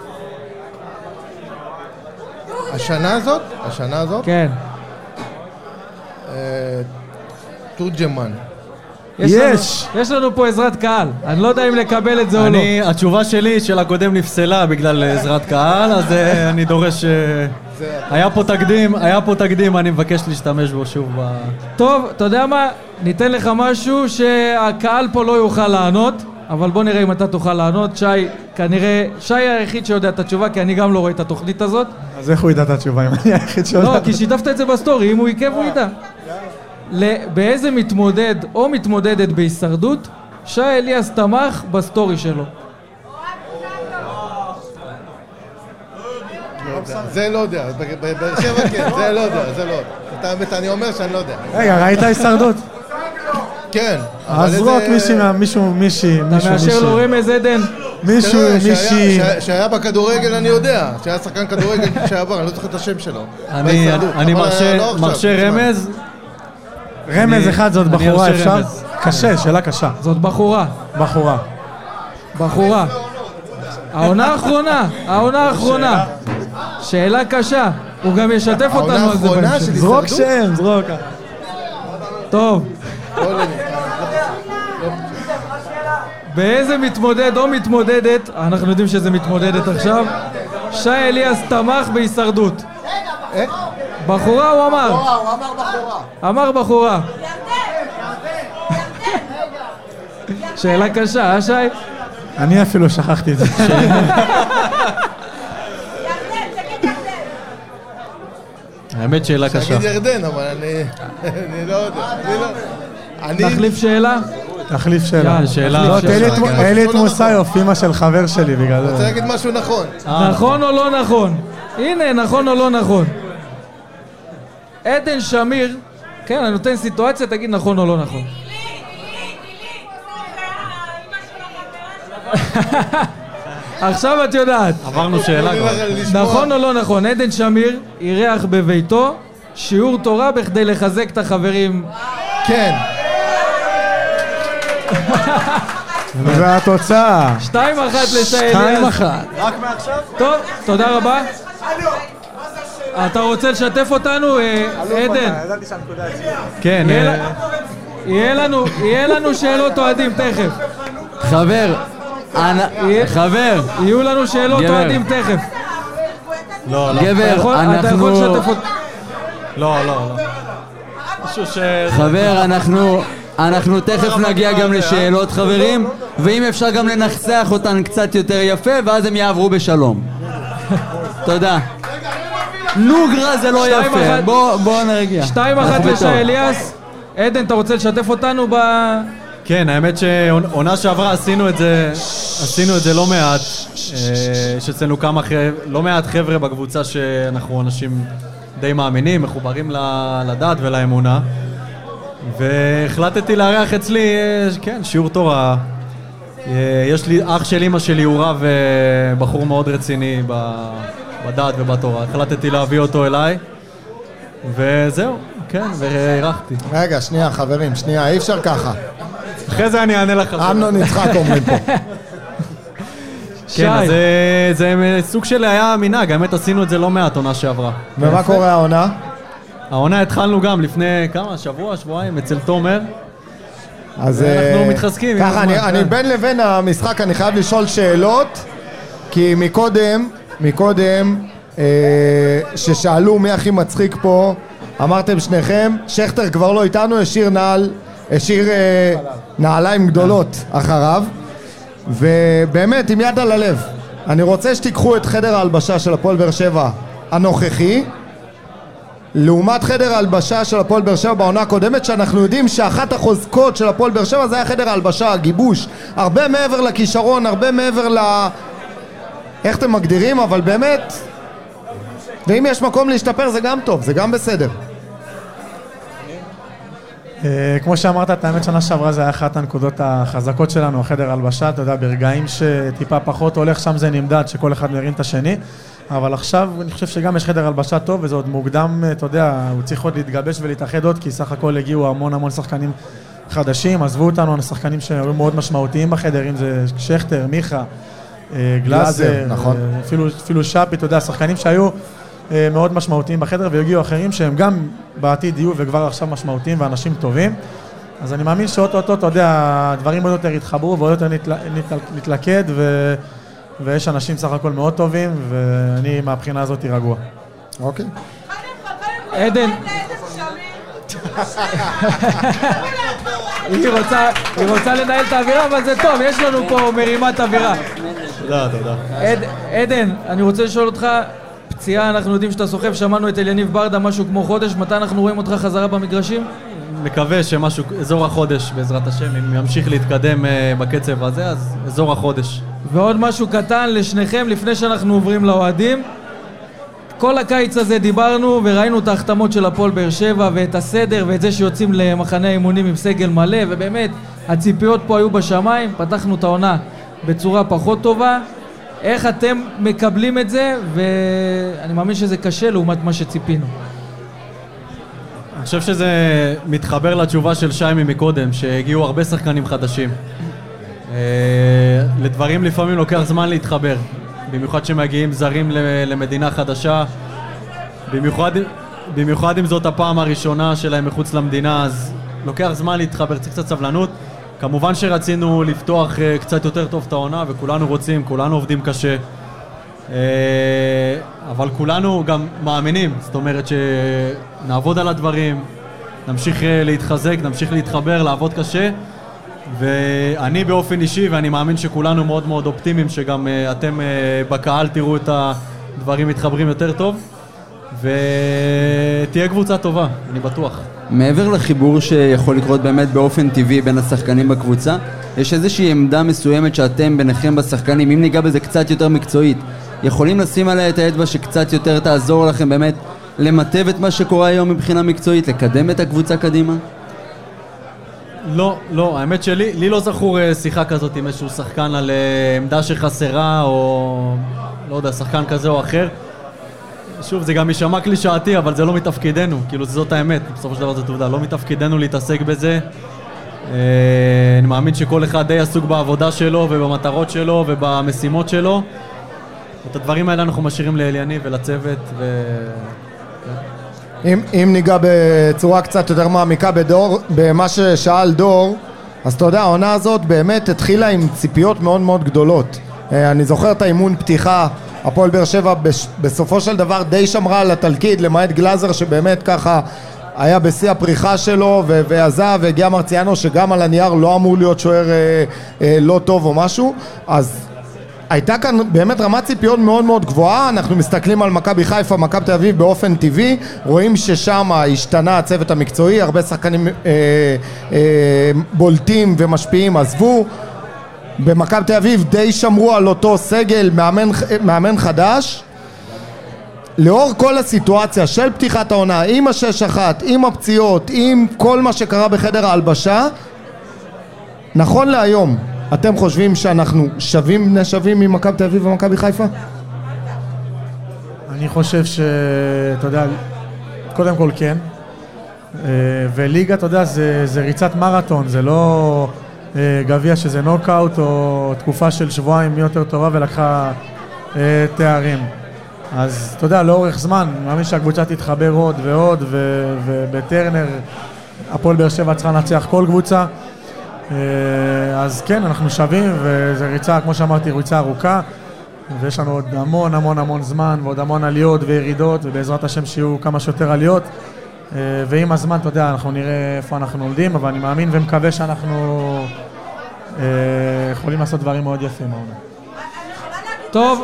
השנה הזאת? השנה הזאת? כן. תורג'מן. יש לנו פה עזרת קהל. אני לא יודע אם לקבל את זה או לא. התשובה שלי של הקודם נפסלה בגלל עזרת קהל, אז אני דורש... היה פה תקדים, אני מבקש להשתמש בו שוב. טוב, אתה יודע מה? ניתן לך משהו שהקהל פה לא יוכל לענות, אבל בוא נראה אם אתה תוכל לענות. שי, כנראה, שי היחיד שיודע את התשובה, כי אני גם לא רואה את התוכנית הזאת. אז איך הוא ידע את התשובה אם אני היחיד שיודע? לא, כי שיתפת את זה בסטורי, אם הוא יקב הוא ידע. באיזה מתמודד או מתמודדת בהישרדות שי אליאס תמך בסטורי שלו? זה לא יודע, בבאר שבע כן, זה לא יודע, זה לא יודע. אני אומר שאני לא יודע. רגע, ראית הישרדות? כן. אז זרוק מישהי. אתה מאשר לו רמז עדן? מישהי. שהיה בכדורגל אני יודע, שהיה שחקן כדורגל שעבר, אני לא זוכר את השם שלו. אני מרשה רמז. רמז אחד, זאת בחורה, אפשר? קשה, שאלה קשה. זאת בחורה. בחורה. העונה האחרונה. שאלה קשה. הוא גם ישתף אותנו על זה בהמשך. זרוק שם, זרוק. טוב. באיזה מתמודד או מתמודדת, אנחנו יודעים שזה מתמודדת עכשיו, שי אליאס תמך בהישרדות. בחורה הוא אמר? אמר בחורה. שאלה קשה, שי? אני אפילו שכחתי את זה. האמת שאלה קשה. תגיד ירדן, אבל אני לא יודע. תחליף שאלה? תחליף שאלה. שאלה. אלית מוסיוף, אמא של חבר שלי בגלל זה. אני רוצה להגיד משהו נכון. נכון או לא נכון? הנה, נכון או לא נכון. עדן שמיר, כן, אני נותן סיטואציה, תגיד נכון או לא נכון. עכשיו את יודעת. עברנו שאלה כבר. נכון או לא נכון, עדן שמיר אירח בביתו שיעור תורה בכדי לחזק את החברים. כן. והתוצאה 2-1 לשי אליאס. רק מעכשיו? טוב, תודה רבה. אתה רוצה לשתף אותנו, עדן? כן. יהיה לנו שאלות אוהדים תכף. חבר. יהיו לנו שאלות אוהדים תכף. לא. גבר, אתה יכול לשתף אותנו. לא. חבר, אנחנו תכף נגיע גם לשאלות חברים, ואם אפשר גם לנחסח אותן קצת יותר יפה, ואז הם יעברו בשלום. תודה. נוגרה זה לא יפה, בוא נרגיע. 2-1 לשי אליאס. עדן, אתה רוצה לשתף אותנו ב... כן, האמת שעונה שעברה עשינו את זה לא מעט. יש אצלנו לא מעט חבר'ה בקבוצה שאנחנו אנשים די מאמינים, מחוברים לדת ולאמונה. והחלטתי לארח אצלי, כן, שיעור תורה. יש לי, אח של אמא שלי הוא רב בחור מאוד רציני בדת ובתורה. החלטתי להביא אותו אליי, וזהו, כן, והערכתי. רגע, שנייה, חברים, אי אפשר ככה. אחרי זה אני אענה לך. אמנון יצחק אומרים פה. כן, אז זה סוג של היה מנהג, האמת עשינו את זה לא מעט עונה שעברה. ומה קורה העונה? העונה התחלנו גם לפני כמה, שבועיים, אצל תומר. אז אנחנו מתחזקים. ככה, אני בין לבין המשחק, אני חייב לשאול שאלות, כי מקודם, ששאלו מי הכי מצחיק פה, אמרתם שניכם, שכטר כבר לא איתנו, השאיר נעליים גדולות אחריו, ובאמת, עם יד על הלב, אני רוצה שתיקחו את חדר ההלבשה של הפועל באר שבע הנוכחי, לעומת חדר ההלבשה של הפועל באר שבע בעונה הקודמת, שאנחנו יודעים שאחת החוזקות של הפועל באר שבע זה היה חדר ההלבשה, הגיבוש, הרבה מעבר לכישרון, הרבה מעבר איך אתם מגדירים, אבל באמת, ואם יש מקום להשתפר זה גם טוב, זה גם בסדר. כמו שאמרת, את האמת שנה שעברה זה היה אחת הנקודות החזקות שלנו, החדר הלבשה, אתה יודע, ברגעים שטיפה פחות הולך, שם זה נמדד, שכל אחד מרים את השני, אבל עכשיו אני חושב שגם יש חדר הלבשה טוב, וזה עוד מוקדם, אתה יודע, הוא צריך עוד להתגבש ולהתאחד עוד, כי סך הכל הגיעו המון שחקנים חדשים, עזבו אותנו, השחקנים שהיו מאוד משמעותיים בחדר, אם זה שכטר, מיכה, גלאזר, נכון. אפילו שפי, אתה יודע, שחקנים שהיו מאוד משמעותיים בחדר, והגיעו אחרים שהם גם בעתיד יהיו וכבר עכשיו משמעותיים ואנשים טובים. אז אני מאמין שאוטוטו, אתה יודע, הדברים עוד יותר יתחברו ועוד יותר נתלכד, ויש אנשים סך הכל מאוד טובים, ואני מהבחינה הזאת רגוע. אוקיי. עדן. היא רוצה לנהל את האווירה, אבל זה טוב, יש לנו פה מרימת אווירה. תודה. עדן, אני רוצה לשאול אותך, פציעה, אנחנו יודעים שאתה סוחב, שמענו את אליניב ברדה משהו כמו חודש, מתי אנחנו רואים אותך חזרה במגרשים? מקווה שמשהו, אזור החודש בעזרת השם, אם ימשיך להתקדם בקצב הזה, אז אזור החודש. ועוד משהו קטן לשניכם לפני שאנחנו עוברים לאוהדים. כל הקיץ הזה דיברנו וראינו את ההחתמות של הפועל באר שבע ואת הסדר ואת זה שיוצאים למחנה האימונים עם סגל מלא, ובאמת הציפיות פה היו בשמיים, פתחנו את העונה בצורה פחות טובה. איך אתם מקבלים את זה? ואני מאמין שזה קשה לעומת מה שציפינו. אני חושב שזה מתחבר לתשובה של שיימי מקודם, שהגיעו הרבה שחקנים חדשים. לדברים לפעמים לוקח זמן להתחבר, במיוחד שמגיעים זרים למדינה חדשה, במיוחד אם זאת הפעם הראשונה שלהם מחוץ למדינה, אז לוקח זמן להתחבר, צריך קצת סבלנות. כמובן שרצינו לפתוח קצת יותר טוב את העונה, וכולנו רוצים, כולנו עובדים קשה, אבל כולנו גם מאמינים, זאת אומרת שנעבוד על הדברים, נמשיך להתחזק, נמשיך להתחבר, לעבוד קשה, ואני באופן אישי, ואני מאמין שכולנו מאוד מאוד אופטימיים, שגם אתם בקהל תראו את הדברים מתחברים יותר טוב, ותהיה קבוצה טובה, אני בטוח. מעבר לחיבור שיכול לקרות באמת באופן טבעי בין השחקנים בקבוצה, יש איזושהי עמדה מסוימת שאתם ביניכם בשחקנים, אם ניגע בזה קצת יותר מקצועית, יכולים לשים עליה את האצבע שקצת יותר תעזור לכם באמת למטב את מה שקורה היום מבחינה מקצועית, לקדם את הקבוצה קדימה? לא, האמת שלי, לי לא זכור שיחה כזאת עם איזשהו שחקן על עמדה שחסרה, או לא יודע, שחקן כזה או אחר. שוב, זה גם יישמע קלישאתי, אבל זה לא מתפקידנו, כאילו זאת האמת, בסופו של דבר זה תעודה, לא מתפקידנו להתעסק בזה. אני מאמין שכל אחד די עסוק בעבודה שלו ובמטרות שלו ובמשימות שלו. את הדברים האלה אנחנו משאירים לאליניב ולצוות אם ניגע בצורה קצת יותר מעמיקה במה ששאל דור, אז אתה יודע, העונה הזאת באמת התחילה עם ציפיות מאוד מאוד גדולות. אני זוכר את האימון פתיחה, הפועל באר שבע בסופו של דבר די שמרה על התלכיד, למעט גלאזר שבאמת ככה היה בשיא הפריחה שלו, ועזב, והגיע מרציאנו שגם על הנייר לא אמור להיות שוער לא טוב או משהו. אז הייתה כאן באמת רמת ציפיות מאוד מאוד גבוהה. אנחנו מסתכלים על מכבי חיפה, מכבי תל אביב באופן טבעי, רואים ששם השתנה הצוות המקצועי, הרבה שחקנים בולטים ומשפיעים עזבו. במכבי תל אביב די שמרו על אותו סגל, מאמן חדש. לאור כל הסיטואציה של פתיחת העונה, עם ה-6-1, עם הפציעות, עם כל מה שקרה בחדר ההלבשה, נכון להיום, אתם חושבים שאנחנו שווים בני שווים עם מכבי תל אביב ומכבי חיפה? אני חושב אתה יודע, קודם כל כן. וליגה, אתה יודע, זה ריצת מרתון, זה לא גביע שזה נוקאוט או תקופה של שבועיים מי יותר טובה ולקחה תארים. אז אתה יודע, לאורך זמן, אני מאמין שהקבוצה תתחבר עוד ועוד, ובטרנר הפועל באר שבע צריכה לנצח כל קבוצה. אז כן, אנחנו שווים, וזה ריצה, כמו שאמרתי, ריצה ארוכה, ויש לנו עוד המון המון המון זמן, ועוד המון עליות וירידות, ובעזרת השם שיהיו כמה שיותר עליות, ועם הזמן, אתה יודע, אנחנו נראה איפה אנחנו עומדים, אבל אני מאמין ומקווה שאנחנו יכולים לעשות דברים מאוד יפים. טוב,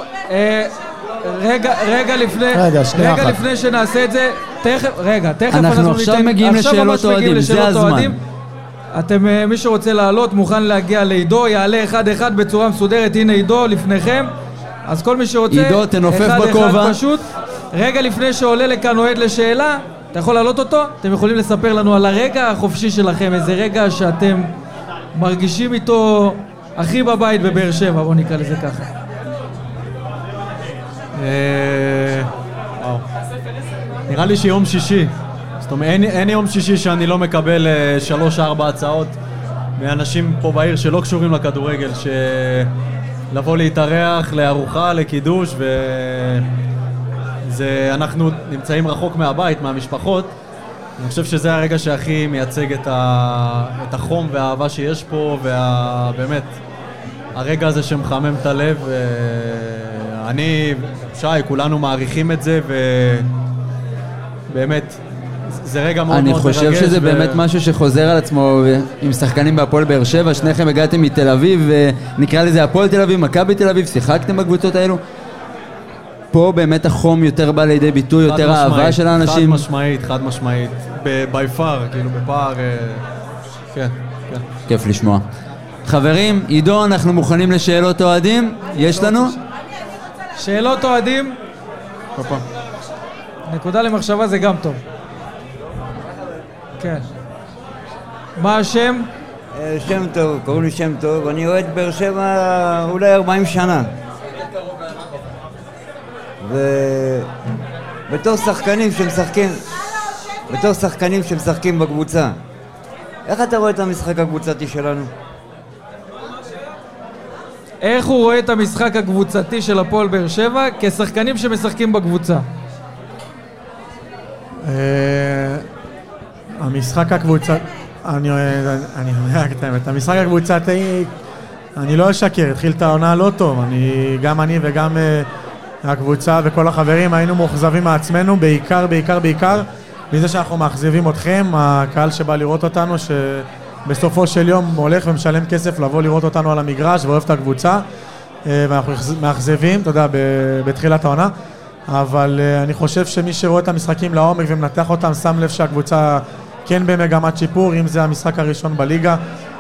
רגע לפני שנעשה את זה, תכף אנחנו עכשיו מגיעים לשאלות אוהדים, זה הזמן. מי שרוצה לעלות מוכן להגיע לעידו, יעלה אחד בצורה מסודרת. הנה עידו לפניכם, אז כל מי שרוצה עידו תנופף בכובע. פשוט רגע לפני שעולה לכאן אוהד לשאלה, אתה יכול להעלות אותו? אתם יכולים לספר לנו על הרגע החופשי שלכם, איזה רגע שאתם מרגישים איתו הכי בבית בבאר שבע, בוא נקרא לזה ככה. נראה לי שיום שישי. זאת אומרת, אין יום שישי שאני לא מקבל 3-4 הצעות מאנשים פה בעיר שלא קשורים לכדורגל, לבוא להתארח, לארוחה, לקידוש, אנחנו נמצאים רחוק מהבית, מהמשפחות. אני חושב שזה הרגע שהכי מייצג את החום והאהבה שיש פה, ובאמת, הרגע הזה שמחמם את הלב. אני, שי, כולנו מעריכים את זה, ובאמת, זה רגע מאוד מאוד מרגש. אני חושב שזה באמת משהו שחוזר על עצמו עם שחקנים בהפועל באר שבע. שניכם הגעתם מתל אביב, נקרא לזה הפועל תל אביב, מכבי תל אביב, שיחקתם בקבוצות האלו. פה באמת החום יותר בא לידי ביטוי, יותר האהבה של האנשים. חד משמעית, ביפר, כאילו בפער, כן. כיף לשמוע. חברים, עידו, אנחנו מוכנים לשאלות אוהדים? יש לנו? שאלות אוהדים? נקודה למחשבה זה גם טוב. כן. מה השם? שם טוב, קוראים לי שם טוב. אני אוהד באר שבע אולי 40 שנה. ובתור שחקנים שמשחקים בקבוצה, איך אתה רואה את המשחק הקבוצתי שלנו? איך הוא רואה את המשחק הקבוצתי של הפועל באר שבע כשחקנים שמשחקים בקבוצה? המשחק הקבוצתי, אני אומר את המשחק הקבוצתי, אני לא אשקר, התחיל את העונה לא טוב. גם אני וגם הקבוצה וכל החברים היינו מאוכזבים מעצמנו, בעיקר מזה שאנחנו מאכזבים אתכם, הקהל שבא לראות אותנו, שבסופו של יום הולך ומשלם כסף לבוא לראות אותנו על המגרש ואוהב את הקבוצה, ואנחנו מאכזבים, אתה יודע, בתחילת העונה. אבל אני חושב שמי שרואה את המשחקים לעומק ומנתח אותם שם לב שהקבוצה כן במגמת שיפור, אם זה המשחק הראשון בליגה,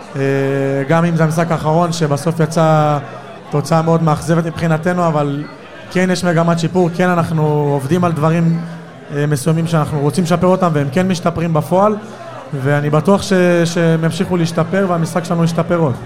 גם אם זה המשחק האחרון שבסוף יצא תוצאה מאוד מאכזבת מבחינתנו, אבל כן יש מגמת שיפור, כן אנחנו עובדים על דברים מסוימים שאנחנו רוצים לשפר אותם והם כן משתפרים בפועל, ואני בטוח שהם ימשיכו להשתפר והמשחק שלנו ישתפר עוד.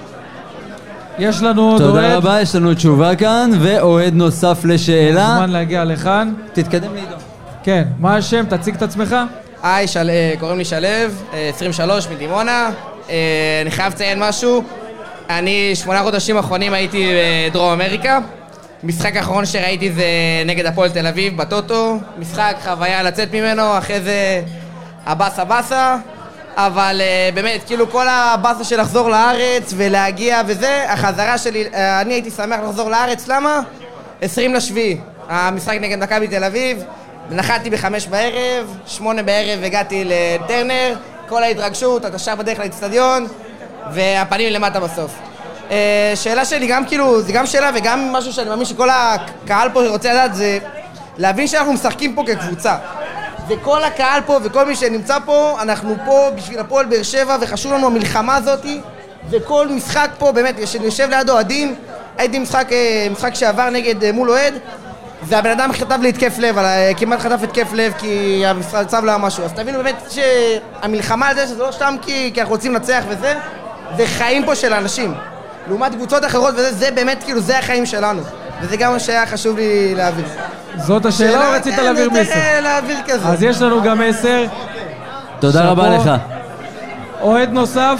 יש לנו עוד אוהד. תודה רבה, יש לנו תשובה כאן, ואוהד נוסף לשאלה. זמן להגיע לכאן. תתקדם לעידו. כן, מה השם? תציג את עצמך. היי, קוראים לי שלב, 23 מדימונה. אני חייב לציין משהו. אני 8 חודשים האחרונים הייתי בדרום אמריקה. משחק האחרון שראיתי זה נגד הפועל תל אביב בטוטו. משחק חוויה לצאת ממנו, אחרי זה הבאסה. אבל באמת, כאילו כל הבאסה של לחזור לארץ ולהגיע וזה, החזרה שלי, אני הייתי שמח לחזור לארץ, למה? 20 לשביעי, המשחק נגד מכבי תל אביב, נחתתי ב5 בערב, 8 בערב הגעתי לטרנר, כל ההתרגשות, אתה שב בדרך לאצטדיון, והפנים למטה בסוף. שאלה שלי גם כאילו, זה גם שאלה וגם משהו שאני מאמין שכל הקהל פה רוצה לדעת, זה להבין שאנחנו משחקים פה כקבוצה. וכל הקהל פה וכל מי שנמצא פה, אנחנו פה בשביל הפועל באר שבע וחשוב לנו המלחמה הזאת, וכל משחק פה באמת, כשאני יושב ליד אוהדים, הייתי משחק שעבר נגד מול אוהד, והבן אדם חטף לי התקף לב, כמעט חטף התקף לב כי המצב לא היה משהו. אז תבינו באמת שהמלחמה על זה שזה לא סתם כי אנחנו רוצים לנצח וזה, זה חיים פה של האנשים. לעומת קבוצות אחרות וזה, זה באמת כאילו, זה החיים שלנו. וזה גם מה שהיה חשוב לי להעביר. זאת השאלה או רצית להעביר מסר? אני רוצה להעביר כזה. אז יש לנו גם מסר. תודה רבה לך. אוהד נוסף.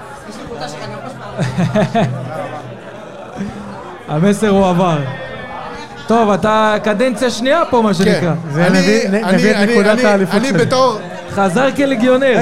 המסר הוא עבר. טוב, אתה קדנציה שנייה פה מה שנקרא. זה מביא את נקודת האליפות שלי. אני בתור... חזר כלגיונר.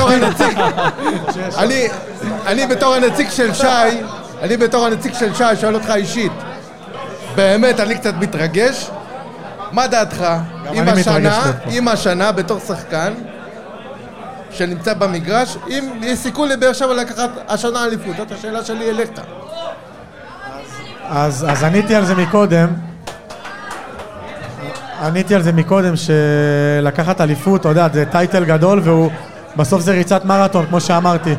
אני בתור הנציג של שי, שואל אותך אישית. באמת, אני קצת מתרגש. מה דעתך עם השנה בתור שחקן שנמצא במגרש, אם יש סיכוי לבאר שבע לקחת השנה אליפות? זאת השאלה שלי אליך. אז עניתי על זה מקודם שלקחת אליפות, אתה יודע, זה טייטל גדול ובסוף זה ריצת מרתון, כמו שאמרתי.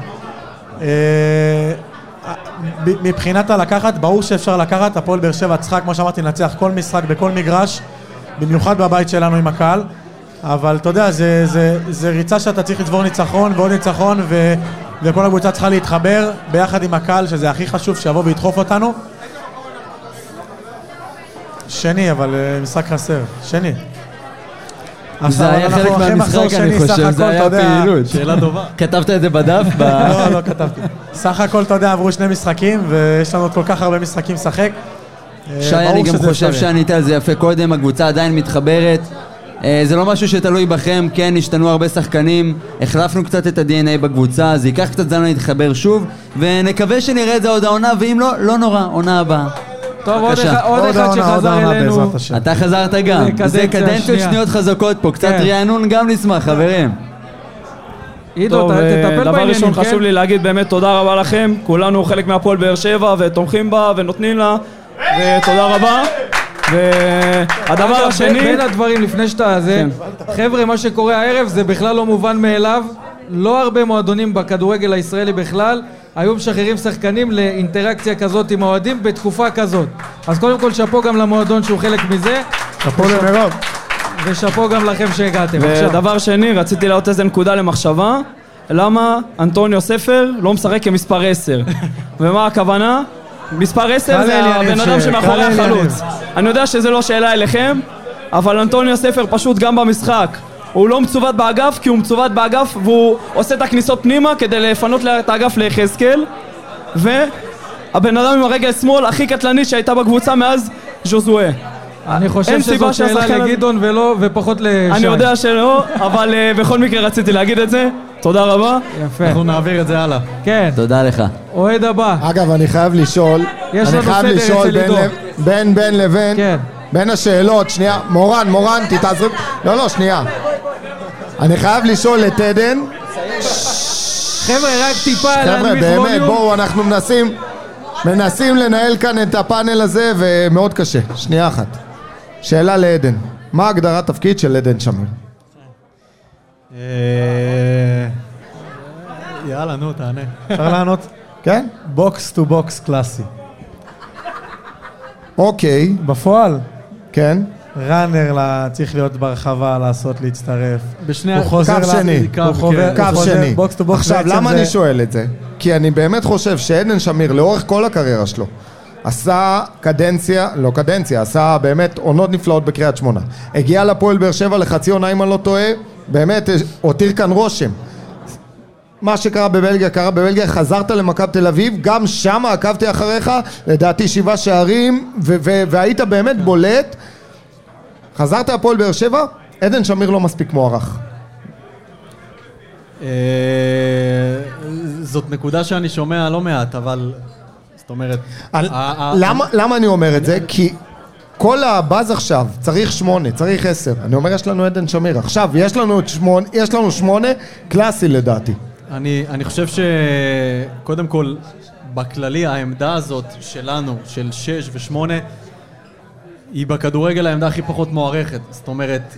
מבחינת הלקחת, ברור שאפשר לקחת, הפועל באר שבע צריכה, כמו שאמרתי, לנצח כל משחק בכל מגרש, במיוחד בבית שלנו עם הקהל, אבל אתה יודע, זה ריצה שאתה צריך לצבור ניצחון ועוד ניצחון, וכל הקבוצה צריכה להתחבר ביחד עם הקהל, שזה הכי חשוב, שיבוא וידחוף אותנו. שני, אבל משחק חסר. שני. זה היה חלק מהמשחק, אני חושב, זה היה פעילות. שאלה טובה. כתבת את זה בדף? לא כתבתי. סך הכל, אתה יודע, עברו 2 משחקים, ויש לנו עוד כל כך הרבה משחקים לשחק. שי, אני גם חושב שענית על זה יפה קודם, הקבוצה עדיין מתחברת. זה לא משהו שתלוי בכם, כן, השתנו הרבה שחקנים, החלפנו קצת את ה-DNA בקבוצה, זה ייקח קצת זמן להתחבר שוב, ונקווה שנראה את זה עוד העונה, ואם לא, לא נורא, עונה הבאה. טוב, עוד אחד שחזר אלינו. אתה חזרת גם. זה קדנציות שניות חזקות פה, קצת רענון גם נשמח, חברים. עידו, תטפל בעניינים, דבר ראשון חשוב לי להגיד באמת תודה רבה לכם, כולנו חלק מהפועל באר שבע ותומכים בה ונותנים לה, ותודה רבה. והדבר השני... בין הדברים לפני שאתה זה, חבר'ה, מה שקורה הערב זה בכלל לא מובן מאליו, לא הרבה מועדונים בכדורגל הישראלי בכלל היו משחררים שחקנים לאינטראקציה כזאת עם האוהדים בתקופה כזאת. אז קודם כל שפו גם למועדון שהוא חלק מזה. שפו למירב. ושפו גם לכם שהגעתם. ודבר שני, רציתי להעלות איזה נקודה למחשבה, למה אנטוניו ספר לא משחק כמספר 10? ומה הכוונה? מספר 10 זה הבן אדם שמאחורי החלוץ. אני יודע שזה לא שאלה אליכם, אבל אנטוניו ספר פשוט גם במשחק הוא לא מצוות באגף, כי הוא מצוות באגף והוא עושה את הכניסות פנימה כדי לפנות את האגף ליחזקאל, והבן אדם עם הרגל שמאל הכי קטלני שהייתה בקבוצה מאז ז'וזואה. אני חושב שזו שאלה לגדעון ופחות לשי. אני יודע שלא, אבל בכל מקרה רציתי להגיד את זה. תודה רבה. יפה. אנחנו נעביר את זה הלאה. כן. תודה לך. אוהד הבא. אגב, אני חייב לשאול, בין לבין, בין השאלות, שנייה, מורן, תתעזרי, לא, שנייה. אני חייב לשאול את עדן. חבר'ה, רק טיפה להנמיך ווליום. באמת, בואו, אנחנו מנסים לנהל כאן את הפאנל הזה, ומאוד קשה. שנייה אחת. שאלה לעדן. מה הגדרת תפקיד של עדן שמיר? יאללה, נו, תענה. אפשר לענות? כן? בוקס טו בוקס קלאסי. אוקיי. בפועל? כן. ראנר צריך להיות ברחבה, לעשות להצטרף. קו שני. קו שני. עכשיו, למה אני שואל את זה? כי אני באמת חושב שעדן שמיר, לאורך כל הקריירה שלו, עשה עשה באמת עונות נפלאות בקריית שמונה. הגיע לפועל באר שבע לחצי עונה, אם אני לא טועה, באמת הותיר כאן רושם. מה שקרה בבלגיה, חזרת למכבי תל אביב, גם שם עקבתי אחריך, לדעתי 7 שערים, והיית באמת בולט. חזרת לפועל באר שבע, עדן שמיר לא מספיק מוערך. זאת נקודה שאני שומע לא מעט, אבל זאת אומרת... למה אני אומר את זה? כי כל הבאז עכשיו צריך 8, צריך 10. אני אומר, יש לנו עדן שמיר. עכשיו, יש לנו 8 קלאסי לדעתי. אני חושב שקודם כל, בכללי, העמדה הזאת שלנו, של 6 ו8, היא בכדורגל העמדה הכי פחות מוערכת. זאת אומרת,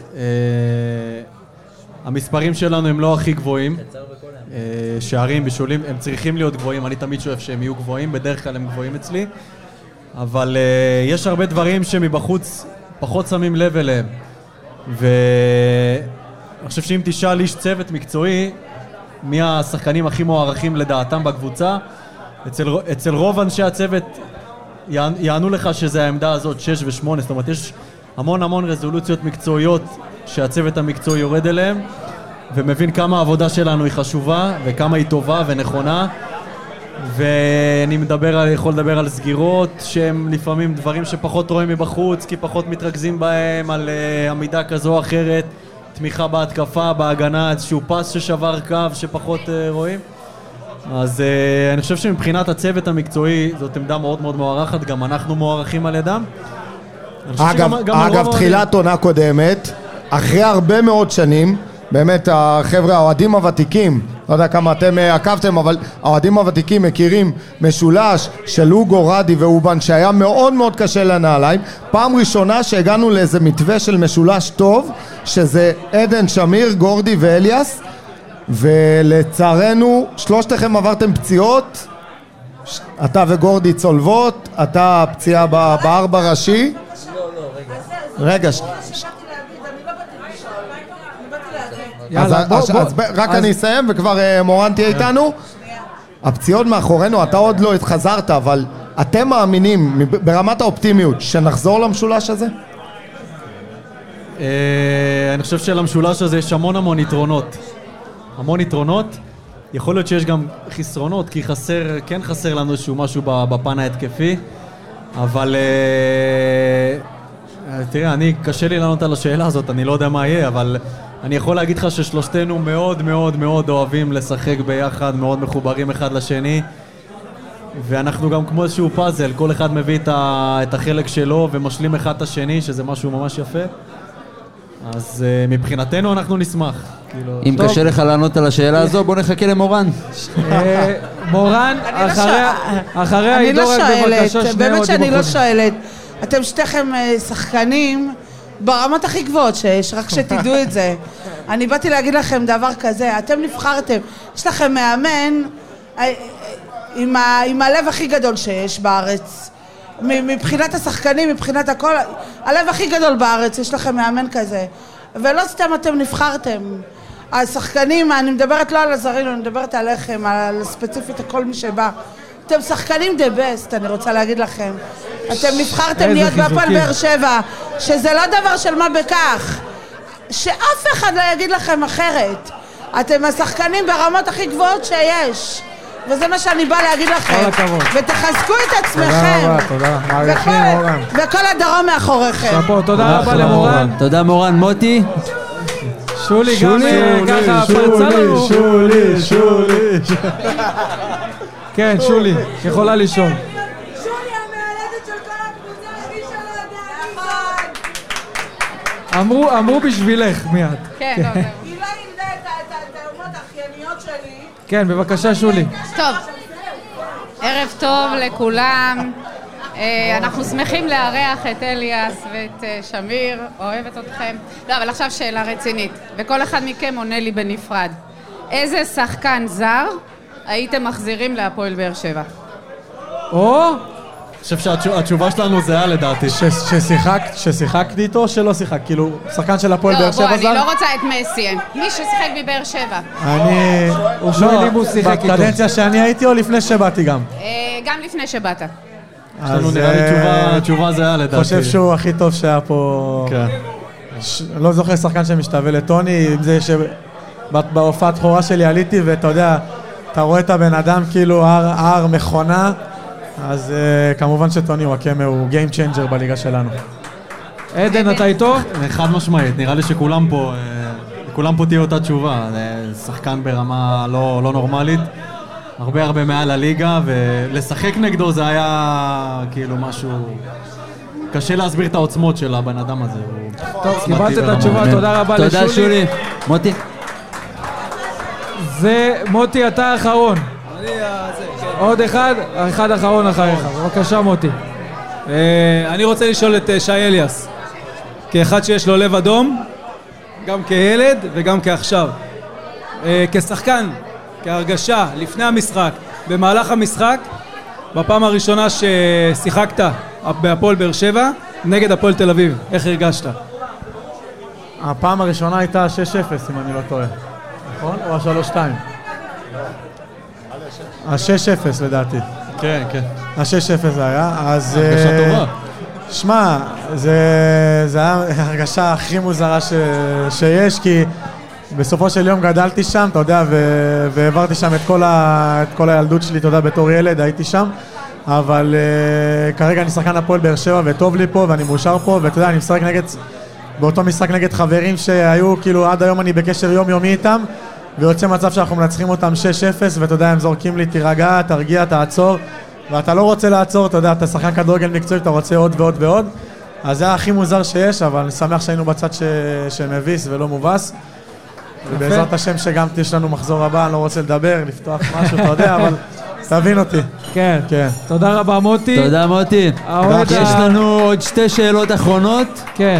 המספרים שלנו הם לא הכי גבוהים. שערים בישולים, הם צריכים להיות גבוהים, אני תמיד שואף שהם יהיו גבוהים, בדרך כלל הם גבוהים אצלי. אבל יש הרבה דברים שמבחוץ פחות שמים לב אליהם. ואני חושב שאם תשאל איש צוות מקצועי, מי השחקנים הכי מוערכים לדעתם בקבוצה, אצל רוב אנשי הצוות יענו לך שזה העמדה הזאת 6 ו8, זאת אומרת יש המון רזולוציות מקצועיות שהצוות המקצועי יורד אליהם ומבין כמה העבודה שלנו היא חשובה וכמה היא טובה ונכונה, ואני יכול לדבר על סגירות שהם לפעמים דברים שפחות רואים מבחוץ כי פחות מתרכזים בהם, על עמידה כזו או אחרת, תמיכה בהתקפה, בהגנה, איזשהו פס ששבר קו שפחות רואים. אז אני חושב שמבחינת הצוות המקצועי זאת עמדה מאוד מאוד מוערכת, גם אנחנו מוערכים על ידם. אגב, תחילת עונה קודמת, אחרי הרבה מאוד שנים, באמת החבר'ה, האוהדים הוותיקים, לא יודע כמה אתם עקבתם, אבל האוהדים הוותיקים מכירים משולש של אוגו, רדי ואובן, שהיה מאוד מאוד קשה לנעליים. פעם ראשונה שהגענו לאיזה מתווה של משולש טוב, שזה עדן שמיר, גורדי ואליאס, ולצערנו שלושתכם עברתם פציעות, אתה וגורדי צולבות, אתה פציעה בארבע ראשי. רגע, יאללה, בוא. רק אני אסיים וכבר מורן תהיה איתנו. הפציעות מאחורינו, אתה עוד לא התחזרת, אבל אתם מאמינים ברמת האופטימיות שנחזור למשולש הזה? אני חושב שלמשולש הזה יש המון יתרונות. המון יתרונות. יכול להיות שיש גם חסרונות, כי כן חסר לנו איזשהו משהו בפן ההתקפי, אבל תראה, קשה לי לענות על השאלה הזאת, אני לא יודע מה יהיה, אבל אני יכול להגיד לך ששלושתנו מאוד מאוד מאוד אוהבים לשחק ביחד, מאוד מחוברים אחד לשני, ואנחנו גם כמו איזשהו פאזל, כל אחד מביא את החלק שלו ומשלים אחד את השני, שזה משהו ממש יפה. אז מבחינתנו אנחנו נשמח. אם קשה לך לענות על השאלה הזו, בוא נחכה למורן. מורן, אחריה עידו רק בבקשה שני באמת שאני לא שואלת. אתם שתיכם שחקנים ברמות הכי גבוהות שיש, רק שתדעו את זה. אני באתי להגיד לכם דבר כזה, אתם נבחרתם, יש לכם מאמן עם הלב הכי גדול שיש בארץ. מבחינת השחקנים, מבחינת הכל, הלב הכי גדול בארץ, יש לכם מאמן כזה. ולא סתם אתם נבחרתם. השחקנים, אני מדברת לא על הזרים, אני מדברת עליכם, על ספציפית הכל מי שבא. אתם שחקנים דה בסט, אני רוצה להגיד לכם. אתם נבחרתם להיות בהפועל באר שבע, שזה לא דבר של מה בכך. שאף אחד לא יגיד לכם אחרת. אתם השחקנים ברמות הכי גבוהות שיש. וזה מה שאני באה להגיד לכם. ותחזקו את עצמכם. תודה. מעריכים מורן. וכל הדרום מאחוריכם. תודה רבה למורן. תודה מורן. מוטי? שולי גם ככה פרצה לנו. שולי. כן, שולי, יכולה לשאול. שולי המעלדת של כל הקבוצה, מי שלא יודע. אמרו בשבילך מיד. כן, לא, היא לא ילדה את התאומות האחייניות שלי. כן, בבקשה שולי. טוב, ערב טוב לכולם. אנחנו שמחים לארח את אליאס ואת שמיר, אוהבת אתכם. לא, אבל עכשיו שאלה רצינית, וכל אחד מכם עונה לי בנפרד. איזה שחקן זר הייתם מחזירים להפועל באר שבע? אני חושב שהתשובה שלנו זהה לדעתי. ששיחקתי איתו או שלא שיחק? כאילו, שחקן של הפועל באר שבע זר? אני לא רוצה את מסי, מי ששיחק בבאר שבע. הוא שואל אם הוא שיחק איתו. בקדנציה שאני הייתי או לפני שבאתי גם? גם לפני שבאת. לנו נראה לי תשובה זהה לדעתי. אני חושב שהוא הכי טוב שהיה פה. לא זוכר שחקן שמשתווה לטוני, עם זה שבהופעת בכורה שלי עליתי ואתה יודע, אתה רואה את הבן אדם כאילו הר מכונה, אז כמובן שטוני וואקמה הוא Game Changer בליגה שלנו. עדן, אתה איתו? חד משמעית, נראה לי שכולם פה תהיה אותה תשובה. שחקן ברמה לא נורמלית, הרבה מעל הליגה, ולשחק נגדו זה היה כאילו משהו... קשה להסביר את העוצמות של הבן אדם הזה. טוב, קיבלת את התשובה, תודה רבה לשולי. תודה שולי. מוטי? מוטי, אתה האחרון. עוד אחד אחרון אחריך. בבקשה מוטי. אני רוצה לשאול את שי אליאס, כאחד שיש לו לב אדום, גם כילד וגם כעכשיו. כשחקן, כהרגשה, לפני המשחק, במהלך המשחק, בפעם הראשונה ששיחקת בהפועל באר שבע, נגד הפועל תל אביב, איך הרגשת? הפעם הראשונה הייתה 6-0 אם אני לא טועה, נכון? או 3-2? 6-0 לדעתי. כן. 6-0 זה היה, אז... הרגשה טובה. שמע, זה היה הרגשה הכי מוזרה שיש, כי בסופו של יום גדלתי שם, אתה יודע, והעברתי שם את כל הילדות שלי, אתה יודע, בתור ילד הייתי שם, אבל כרגע אני שחקן הפועל באר שבע וטוב לי פה ואני מאושר פה, ואתה יודע, אני משחק באותו משחק נגד חברים שהיו, כאילו עד היום אני בקשר יומיומי איתם, ויוצא מצב שאנחנו מנצחים אותם 6-0, ואתה יודע, הם זורקים לי, תירגע, תרגיע, תעצור, ואתה לא רוצה לעצור, אתה יודע, אתה שחקן כדורגל מקצועי, אתה רוצה עוד ועוד ועוד, אז זה הכי מוזר שיש, אבל אני שמח שהיינו בצד שמביס ולא מובס, ובעזרת השם שגם יש לנו מחזור הבא, אני לא רוצה לדבר, לפתוח משהו, אתה יודע, אבל תבין אותי. כן. תודה רבה מוטי. תודה מוטי. יש לנו עוד 2 שאלות אחרונות. כן.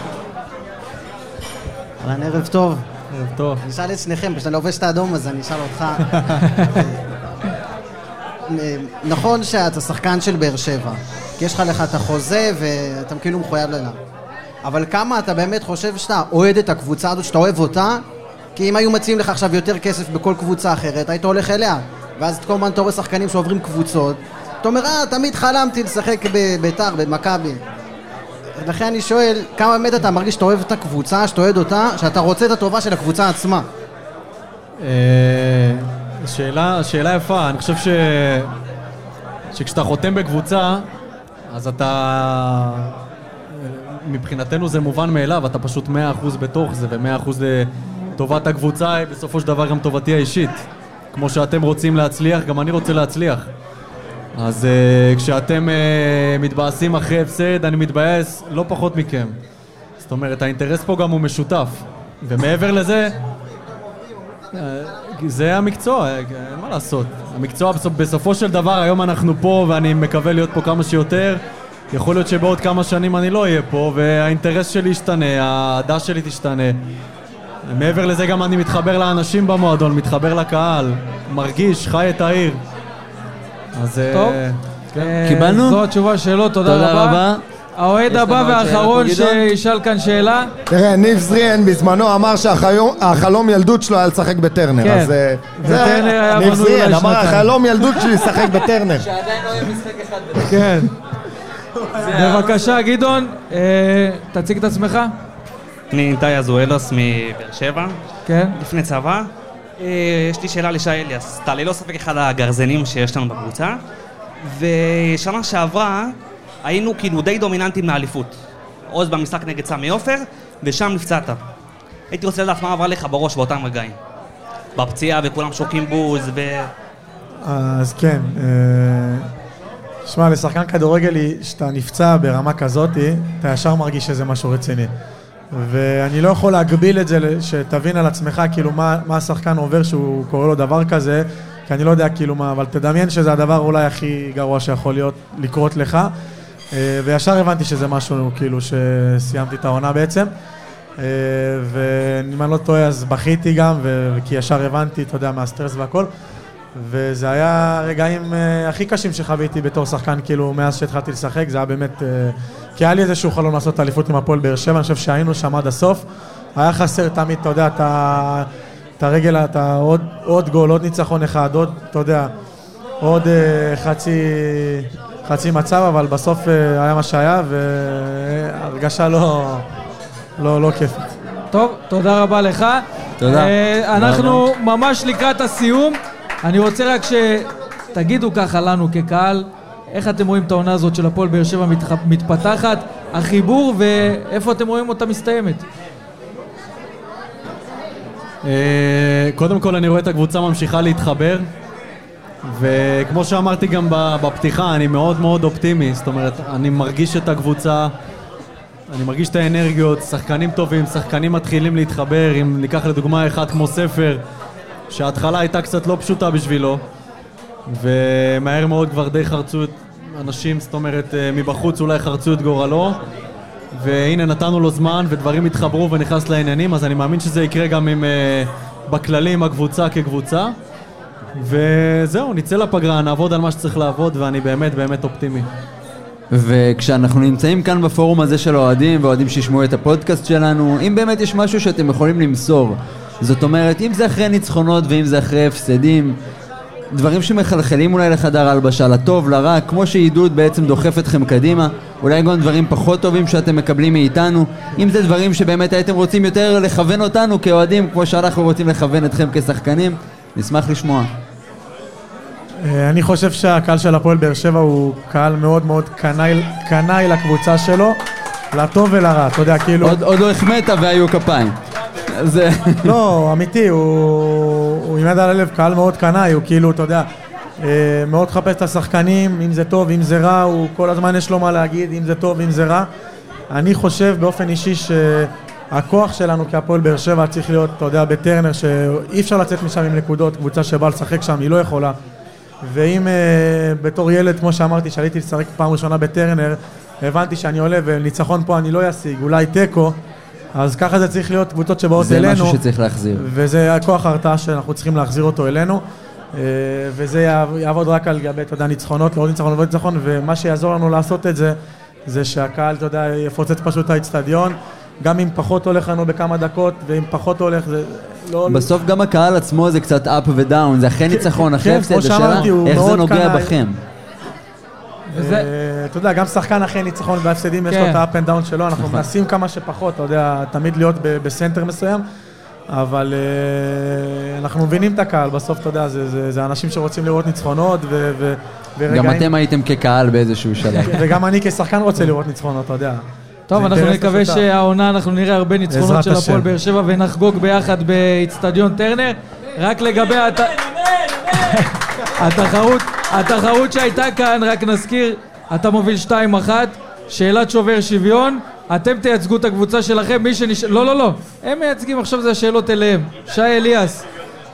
ערב טוב. ערב טוב. אני אשאל את שניכם, כשאתה לובש את האדום אז אני אשאל אותך. נכון שאתה שחקן של באר שבע, כי יש לך את החוזה ואתה כאילו מחויב לנה. אבל כמה אתה באמת חושב שאתה אוהד את הקבוצה הזאת, שאתה אוהב אותה, כי אם היו מציעים לך עכשיו יותר כסף בכל קבוצה אחרת, היית הולך אליה. ואז כל הזמן אתה רואה שחקנים שעוברים קבוצות. אתה אומר, תמיד חלמתי לשחק בבית"ר, במכבי. לכן אני שואל, כמה באמת אתה מרגיש שאתה אוהב את הקבוצה, שאתה אוהד אותה, שאתה רוצה את הטובה של הקבוצה עצמה? שאלה יפה. אני חושב שכשאתה חותם בקבוצה, אז אתה... מבחינתנו זה מובן מאליו, אתה פשוט 100% בתוך זה, ו100% לטובת הקבוצה היא בסופו של דבר גם טובתי האישית. כמו שאתם רוצים להצליח, גם אני רוצה להצליח. אז כשאתם מתבאסים אחרי הפסד, אני מתבאס לא פחות מכם. זאת אומרת, האינטרס פה גם הוא משותף. ומעבר לזה, זה המקצוע, אין מה לעשות. המקצוע בסופו של דבר, היום אנחנו פה ואני מקווה להיות פה כמה שיותר. יכול להיות שבעוד כמה שנים אני לא אהיה פה, והאינטרס שלי ישתנה, העדה שלי תשתנה. מעבר לזה גם אני מתחבר לאנשים במועדון, מתחבר לקהל, מרגיש, חי את העיר. אז... טוב, קיבלנו? זו התשובה שלו, תודה רבה. האוהד הבא והאחרון שישאל כאן שאלה. תראה, ניב זריאן בזמנו אמר שהחלום ילדות שלו היה לשחק בטרנר. כן, וטרנר היה ניב בנו זריאן אולי אמר החלום ילדות שלי לשחק בטרנר. שעדיין לא יהיה משחק אחד בטרנר. כן. בבקשה, גדעון, תציג את עצמך. אני איתי אזואלוס מבאר שבע. כן. לפני צבא. יש לי שאלה לשי אליאס. אתה ללא ספק אחד הגרזנים שיש לנו בקבוצה. ושנה שעברה היינו כאילו די דומיננטים לאליפות. עוז במשחק נגד סמי עופר, ושם נפצעת. הייתי רוצה לדעת מה עבר לך בראש באותם רגעים. בפציעה וכולם שוקים בוז אז כן, שמע, לשחקן כדורגל שאתה נפצע ברמה כזאת, אתה ישר מרגיש שזה משהו רציני. ואני לא יכול להגביל את זה, שתבין על עצמך כאילו מה השחקן עובר שהוא קורא לו דבר כזה, כי אני לא יודע כאילו מה, אבל תדמיין שזה הדבר אולי הכי גרוע שיכול לקרות לך. וישר הבנתי שזה משהו כאילו שסיימתי את העונה בעצם. ואם אני לא טועה אז בכיתי גם, כי ישר הבנתי, אתה יודע, מהסטרס והכל. וזה היה רגעים הכי קשים שחוויתי בתור שחקן, כאילו מאז שהתחלתי לשחק, זה היה באמת, כי היה לי איזשהו חלום לעשות את האליפות עם הפועל באר שבע, אני חושב שהיינו שם עד הסוף, היה חסר תמיד, אתה יודע, את הרגל, עוד גול, עוד ניצחון אחד, עוד, אתה יודע, עוד חצי מצב, אבל בסוף היה מה שהיה, והרגשה לא כיפית. טוב, תודה רבה לך. תודה. אנחנו ממש לקראת הסיום. אני רוצה רק שתגידו ככה לנו כקהל, איך אתם רואים את העונה הזאת של הפועל באר שבע מתפתחת, החיבור, ואיפה אתם רואים אותה מסתיימת? קודם כל אני רואה את הקבוצה ממשיכה להתחבר, וכמו שאמרתי גם בפתיחה, אני מאוד מאוד אופטימי. זאת אומרת, אני מרגיש את הקבוצה, אני מרגיש את האנרגיות, שחקנים טובים, שחקנים מתחילים להתחבר. אם ניקח לדוגמה אחד כמו ספר, שההתחלה הייתה קצת לא פשוטה בשבילו, ומהר מאוד כבר די חרצו את אנשים, זאת אומרת, מבחוץ אולי חרצו את גורלו, והנה נתנו לו זמן ודברים התחברו ונכנס לעניינים, אז אני מאמין שזה יקרה גם עם בכללי עם הקבוצה כקבוצה, וזהו, נצא לפגרה, נעבוד על מה שצריך לעבוד, ואני באמת באמת אופטימי. וכשאנחנו נמצאים כאן בפורום הזה של אוהדים ואוהדים שישמעו את הפודקאסט שלנו, אם באמת יש משהו שאתם יכולים למסור, זאת אומרת, אם זה אחרי ניצחונות ואם זה אחרי הפסדים, דברים שמחלחלים אולי לחדר הלבשה, לטוב, לרע, כמו שעידוד בעצם דוחף אתכם קדימה, אולי גם דברים פחות טובים שאתם מקבלים מאיתנו, אם זה דברים שבאמת הייתם רוצים יותר לכוון אותנו כאוהדים, כמו שאנחנו רוצים לכוון אתכם כשחקנים, נשמח לשמוע. אני חושב שהקהל של הפועל באר שבע הוא קהל מאוד מאוד קנאי לקבוצה שלו, לטוב ולרע, אתה יודע, כאילו... עוד לא החמאת והיו כפיים. לא, אמיתי, הוא עם יד על הלב, קהל מאוד קנאי, הוא כאילו, אתה יודע, מאוד חפש את השחקנים, אם זה טוב, אם זה רע, הוא כל הזמן יש לו מה להגיד, אם זה טוב, אם זה רע. אני חושב באופן אישי שהכוח שלנו כהפועל באר שבע צריך להיות, אתה יודע, בטרנר, שאי אפשר לצאת משם עם נקודות, קבוצה שבאה לשחק שם, היא לא יכולה. ואם בתור ילד, כמו שאמרתי, שעליתי לשחק פעם ראשונה בטרנר, הבנתי שאני עולה וניצחון פה אני לא ישיג, אולי טקו, אז ככה זה צריך להיות קבוצות שבאות אלינו. זה משהו שצריך להחזיר. וזה הכוח ההרתעה שאנחנו צריכים להחזיר אותו אלינו, וזה יעבוד רק על גבי, אתה יודע, ניצחונות, לעוד ניצחון ועוד ניצחון, ומה שיעזור לנו לעשות את זה, זה שהקהל, אתה יודע, יפוצץ פשוט האצטדיון, גם אם פחות הולך לנו בכמה דקות, ואם פחות הולך זה לא... בסוף גם הקהל עצמו זה קצת up ודאון, זה אחרי ניצחון, אחרי הפסד, השאלה איך זה נוגע בכם. אתה יודע, גם שחקן אחרי ניצחון והפסדים יש לו את ה-up and down שלו, אנחנו מנסים כמה שפחות, אתה יודע, תמיד להיות בסנטר מסוים, אבל אנחנו מבינים את הקהל, בסוף אתה יודע, זה אנשים שרוצים לראות ניצחונות גם אתם הייתם כקהל באיזשהו שלב. וגם אני כשחקן רוצה לראות ניצחונות, אתה יודע. טוב, אנחנו נקווה שהעונה אנחנו נראה הרבה ניצחונות של הפועל באר שבע ונחגוג ביחד באצטדיון טרנר. רק לגבי התחרות שהייתה כאן, רק נזכיר, אתה מוביל 2-1, שאלת שובר שוויון, אתם תייצגו את הקבוצה שלכם, מי שנשאר... לא, הם מייצגים, עכשיו זה השאלות אליהם. שי אליאס,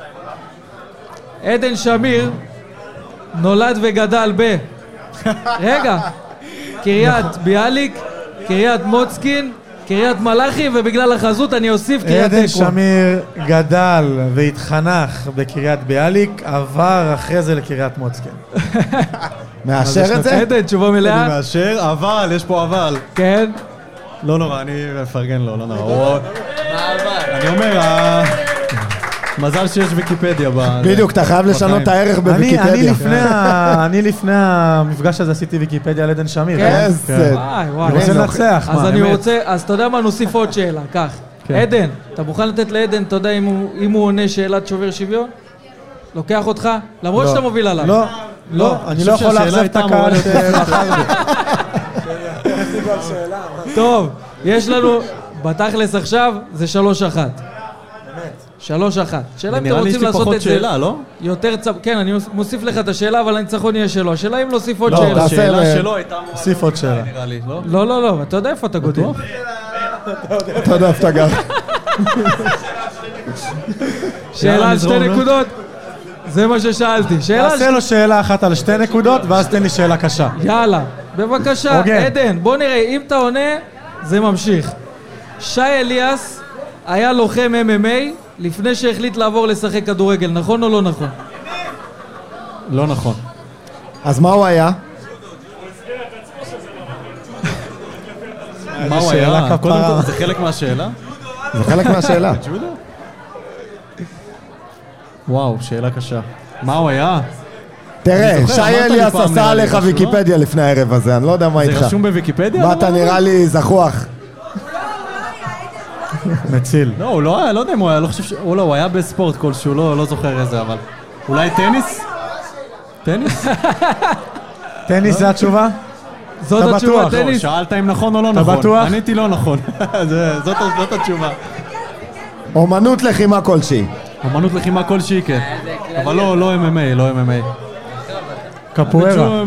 עדן שמיר, נולד וגדל רגע, קריית ביאליק, קריית מוצקין, קריית מלאכי, ובגלל החזות אני אוסיף קריית עדן אקרון. שמיר גדל והתחנך בקריית ביאליק, עבר אחרי זה לקריית מוצקין. מאשר את זה? עדן, תשובה מלאה? אני מאשר, אבל, יש פה אבל. כן? לא נורא, אני מפרגן לו, לא נורא. אני אומר, מזל שיש ויקיפדיה. בדיוק, אתה חייב לשנות את הערך בוויקיפדיה. אני לפני המפגש הזה עשיתי ויקיפדיה על עדן שמיר. כן? אני רוצה לנצח. אז אתה יודע מה, נוסיף עוד שאלה, כך. עדן, אתה מוכן לתת לעדן, אתה יודע אם הוא עונה שאלת שובר שוויון? לוקח אותך? למרות שאתה מוביל עליו. לא, אני לא יכול לאכזב את הקהל שמחר לי. טוב, יש לנו, בתכלס עכשיו, זה 3-1. 3-1. שאלה אם אתם רוצים לעשות את זה יותר כן, אני מוסיף לך את השאלה, אבל הניצחון יהיה שלו. השאלה אם להוסיף עוד שאלה. השאלה שלו הייתה... מוסיף עוד שאלה. לא, אתה יודע איפה אתה גודל. אתה יודע איפה אתה גר. שאלה על 2 נקודות. זה מה ששאלתי. תעשה לו שאלה אחת על 2 נקודות, ואז תן לי שאלה קשה. יאללה, בבקשה, עדן, בוא נראה, אם אתה עונה, זה ממשיך. שי אליאס היה לוחם MMA לפני שהחליט לעבור לשחק כדורגל, נכון או לא נכון? לא נכון. אז מה הוא היה? מה הוא היה? קודם כל, זה חלק מהשאלה? זה חלק מהשאלה. ג'ודו? וואו, שאלה קשה. מה הוא היה? תראה, שי אליאס עשה עליך ויקיפדיה לפני הערב הזה, אני לא יודע מה איתך. זה רשום בוויקיפדיה? מה אתה נראה לי זכוח? מציל. לא, הוא לא היה, לא יודע אם הוא היה, לא חושב הוא היה בספורט כלשהו, לא זוכר איזה, אבל... אולי טניס? טניס? טניס זה התשובה? זאת התשובה, טניס. שאלת אם נכון או לא נכון. אתה בטוח? עניתי לא נכון. זאת התשובה. אומנות לחימה כלשהי. אומנות לחימה כלשהי, כן. אבל לא MMA, לא MMA. קפוארה.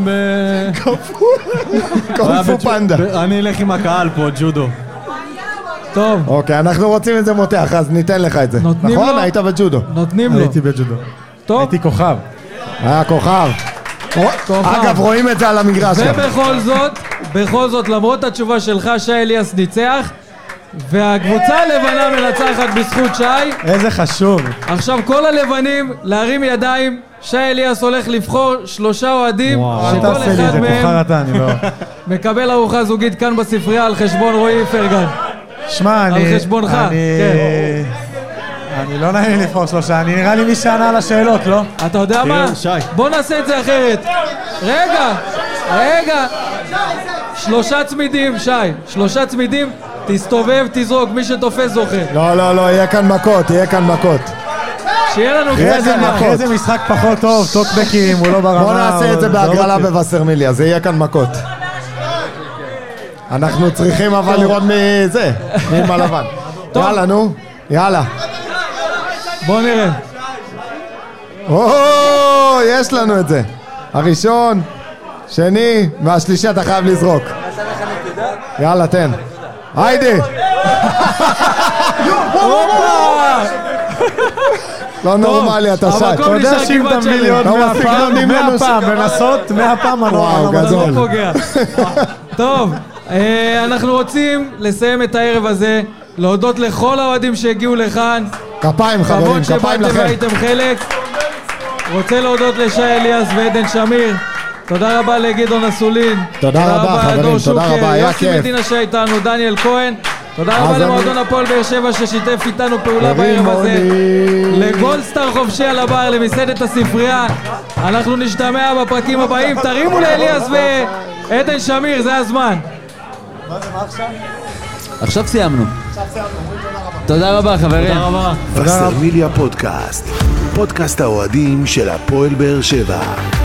קונפו פנדה. אני אלך עם הקהל פה, ג'ודו. טוב. אוקיי, אנחנו רוצים את זה מותח, אז ניתן לך את זה. נכון? היית בג'ודו. נותנים לו. הייתי בג'ודו. טוב. הייתי כוכב. כוכב. אגב, רואים את זה על המגרש. ובכל זאת, למרות התשובה שלך, שי אליאס ניצח, והקבוצה הלבנה מנצחת בזכות שי. איזה חשוב. עכשיו כל הלבנים להרים ידיים, שי אליאס הולך לבחור 3 אוהדים, שכל אחד מהם מקבל ארוחה זוגית כאן בספרייה על חשבון רועי פרגן. שמע, על חשבונך, כן. אני לא נעים לי לבחור 3, אני נראה לי מי שענה על השאלות, לא? אתה יודע מה? בוא נעשה את זה אחרת. רגע. 3 צמידים, שי. 3 צמידים, תסתובב, תזרוק, מי שתופס זוכה. לא, יהיה כאן מכות. שיהיה לנו קצת אחרי זה משחק פחות טוב, טוקבקים, הוא לא ברמה. בוא נעשה את זה בהגרלה בווסרמיליה, זה יהיה כאן מכות. אנחנו צריכים אבל לראות מזה, עם הלבן. יאללה, נו, יאללה. בוא נראה. יש לנו את זה. הראשון, שני, והשלישי אתה חייב לזרוק. יאללה, תן. היידי! לא נורמלי, אתה שי. אתה יודע שאם אתה מביא לי עוד 100 פעם, לנסות 100 פעם, וואו, גדול. טוב, אנחנו רוצים לסיים את הערב הזה, להודות לכל האוהדים שהגיעו לכאן. כפיים חברים, כפיים לכם. והייתם חלק. רוצה להודות לשי אליאס ועדן שמיר. תודה רבה לגדעון אסולין. תודה רבה חברים, תודה רבה, היה כיף. יוסי מדינה שהייתנו, דניאל כהן. תודה רבה למועדון הפועל באר שבע ששיתף איתנו פעולה בערב הזה. לגולדסטאר חופשי על הבר, למסעדת הספרייה. אנחנו נשתמע בפרקים הבאים. תרימו לאליאס ועדן שמיר, זה הזמן. מה זה, מה עכשיו? עכשיו סיימנו. תודה רבה חברים. תודה רבה. וסרמיליה פודקאסט, פודקאסט האוהדים של הפועל באר שבע.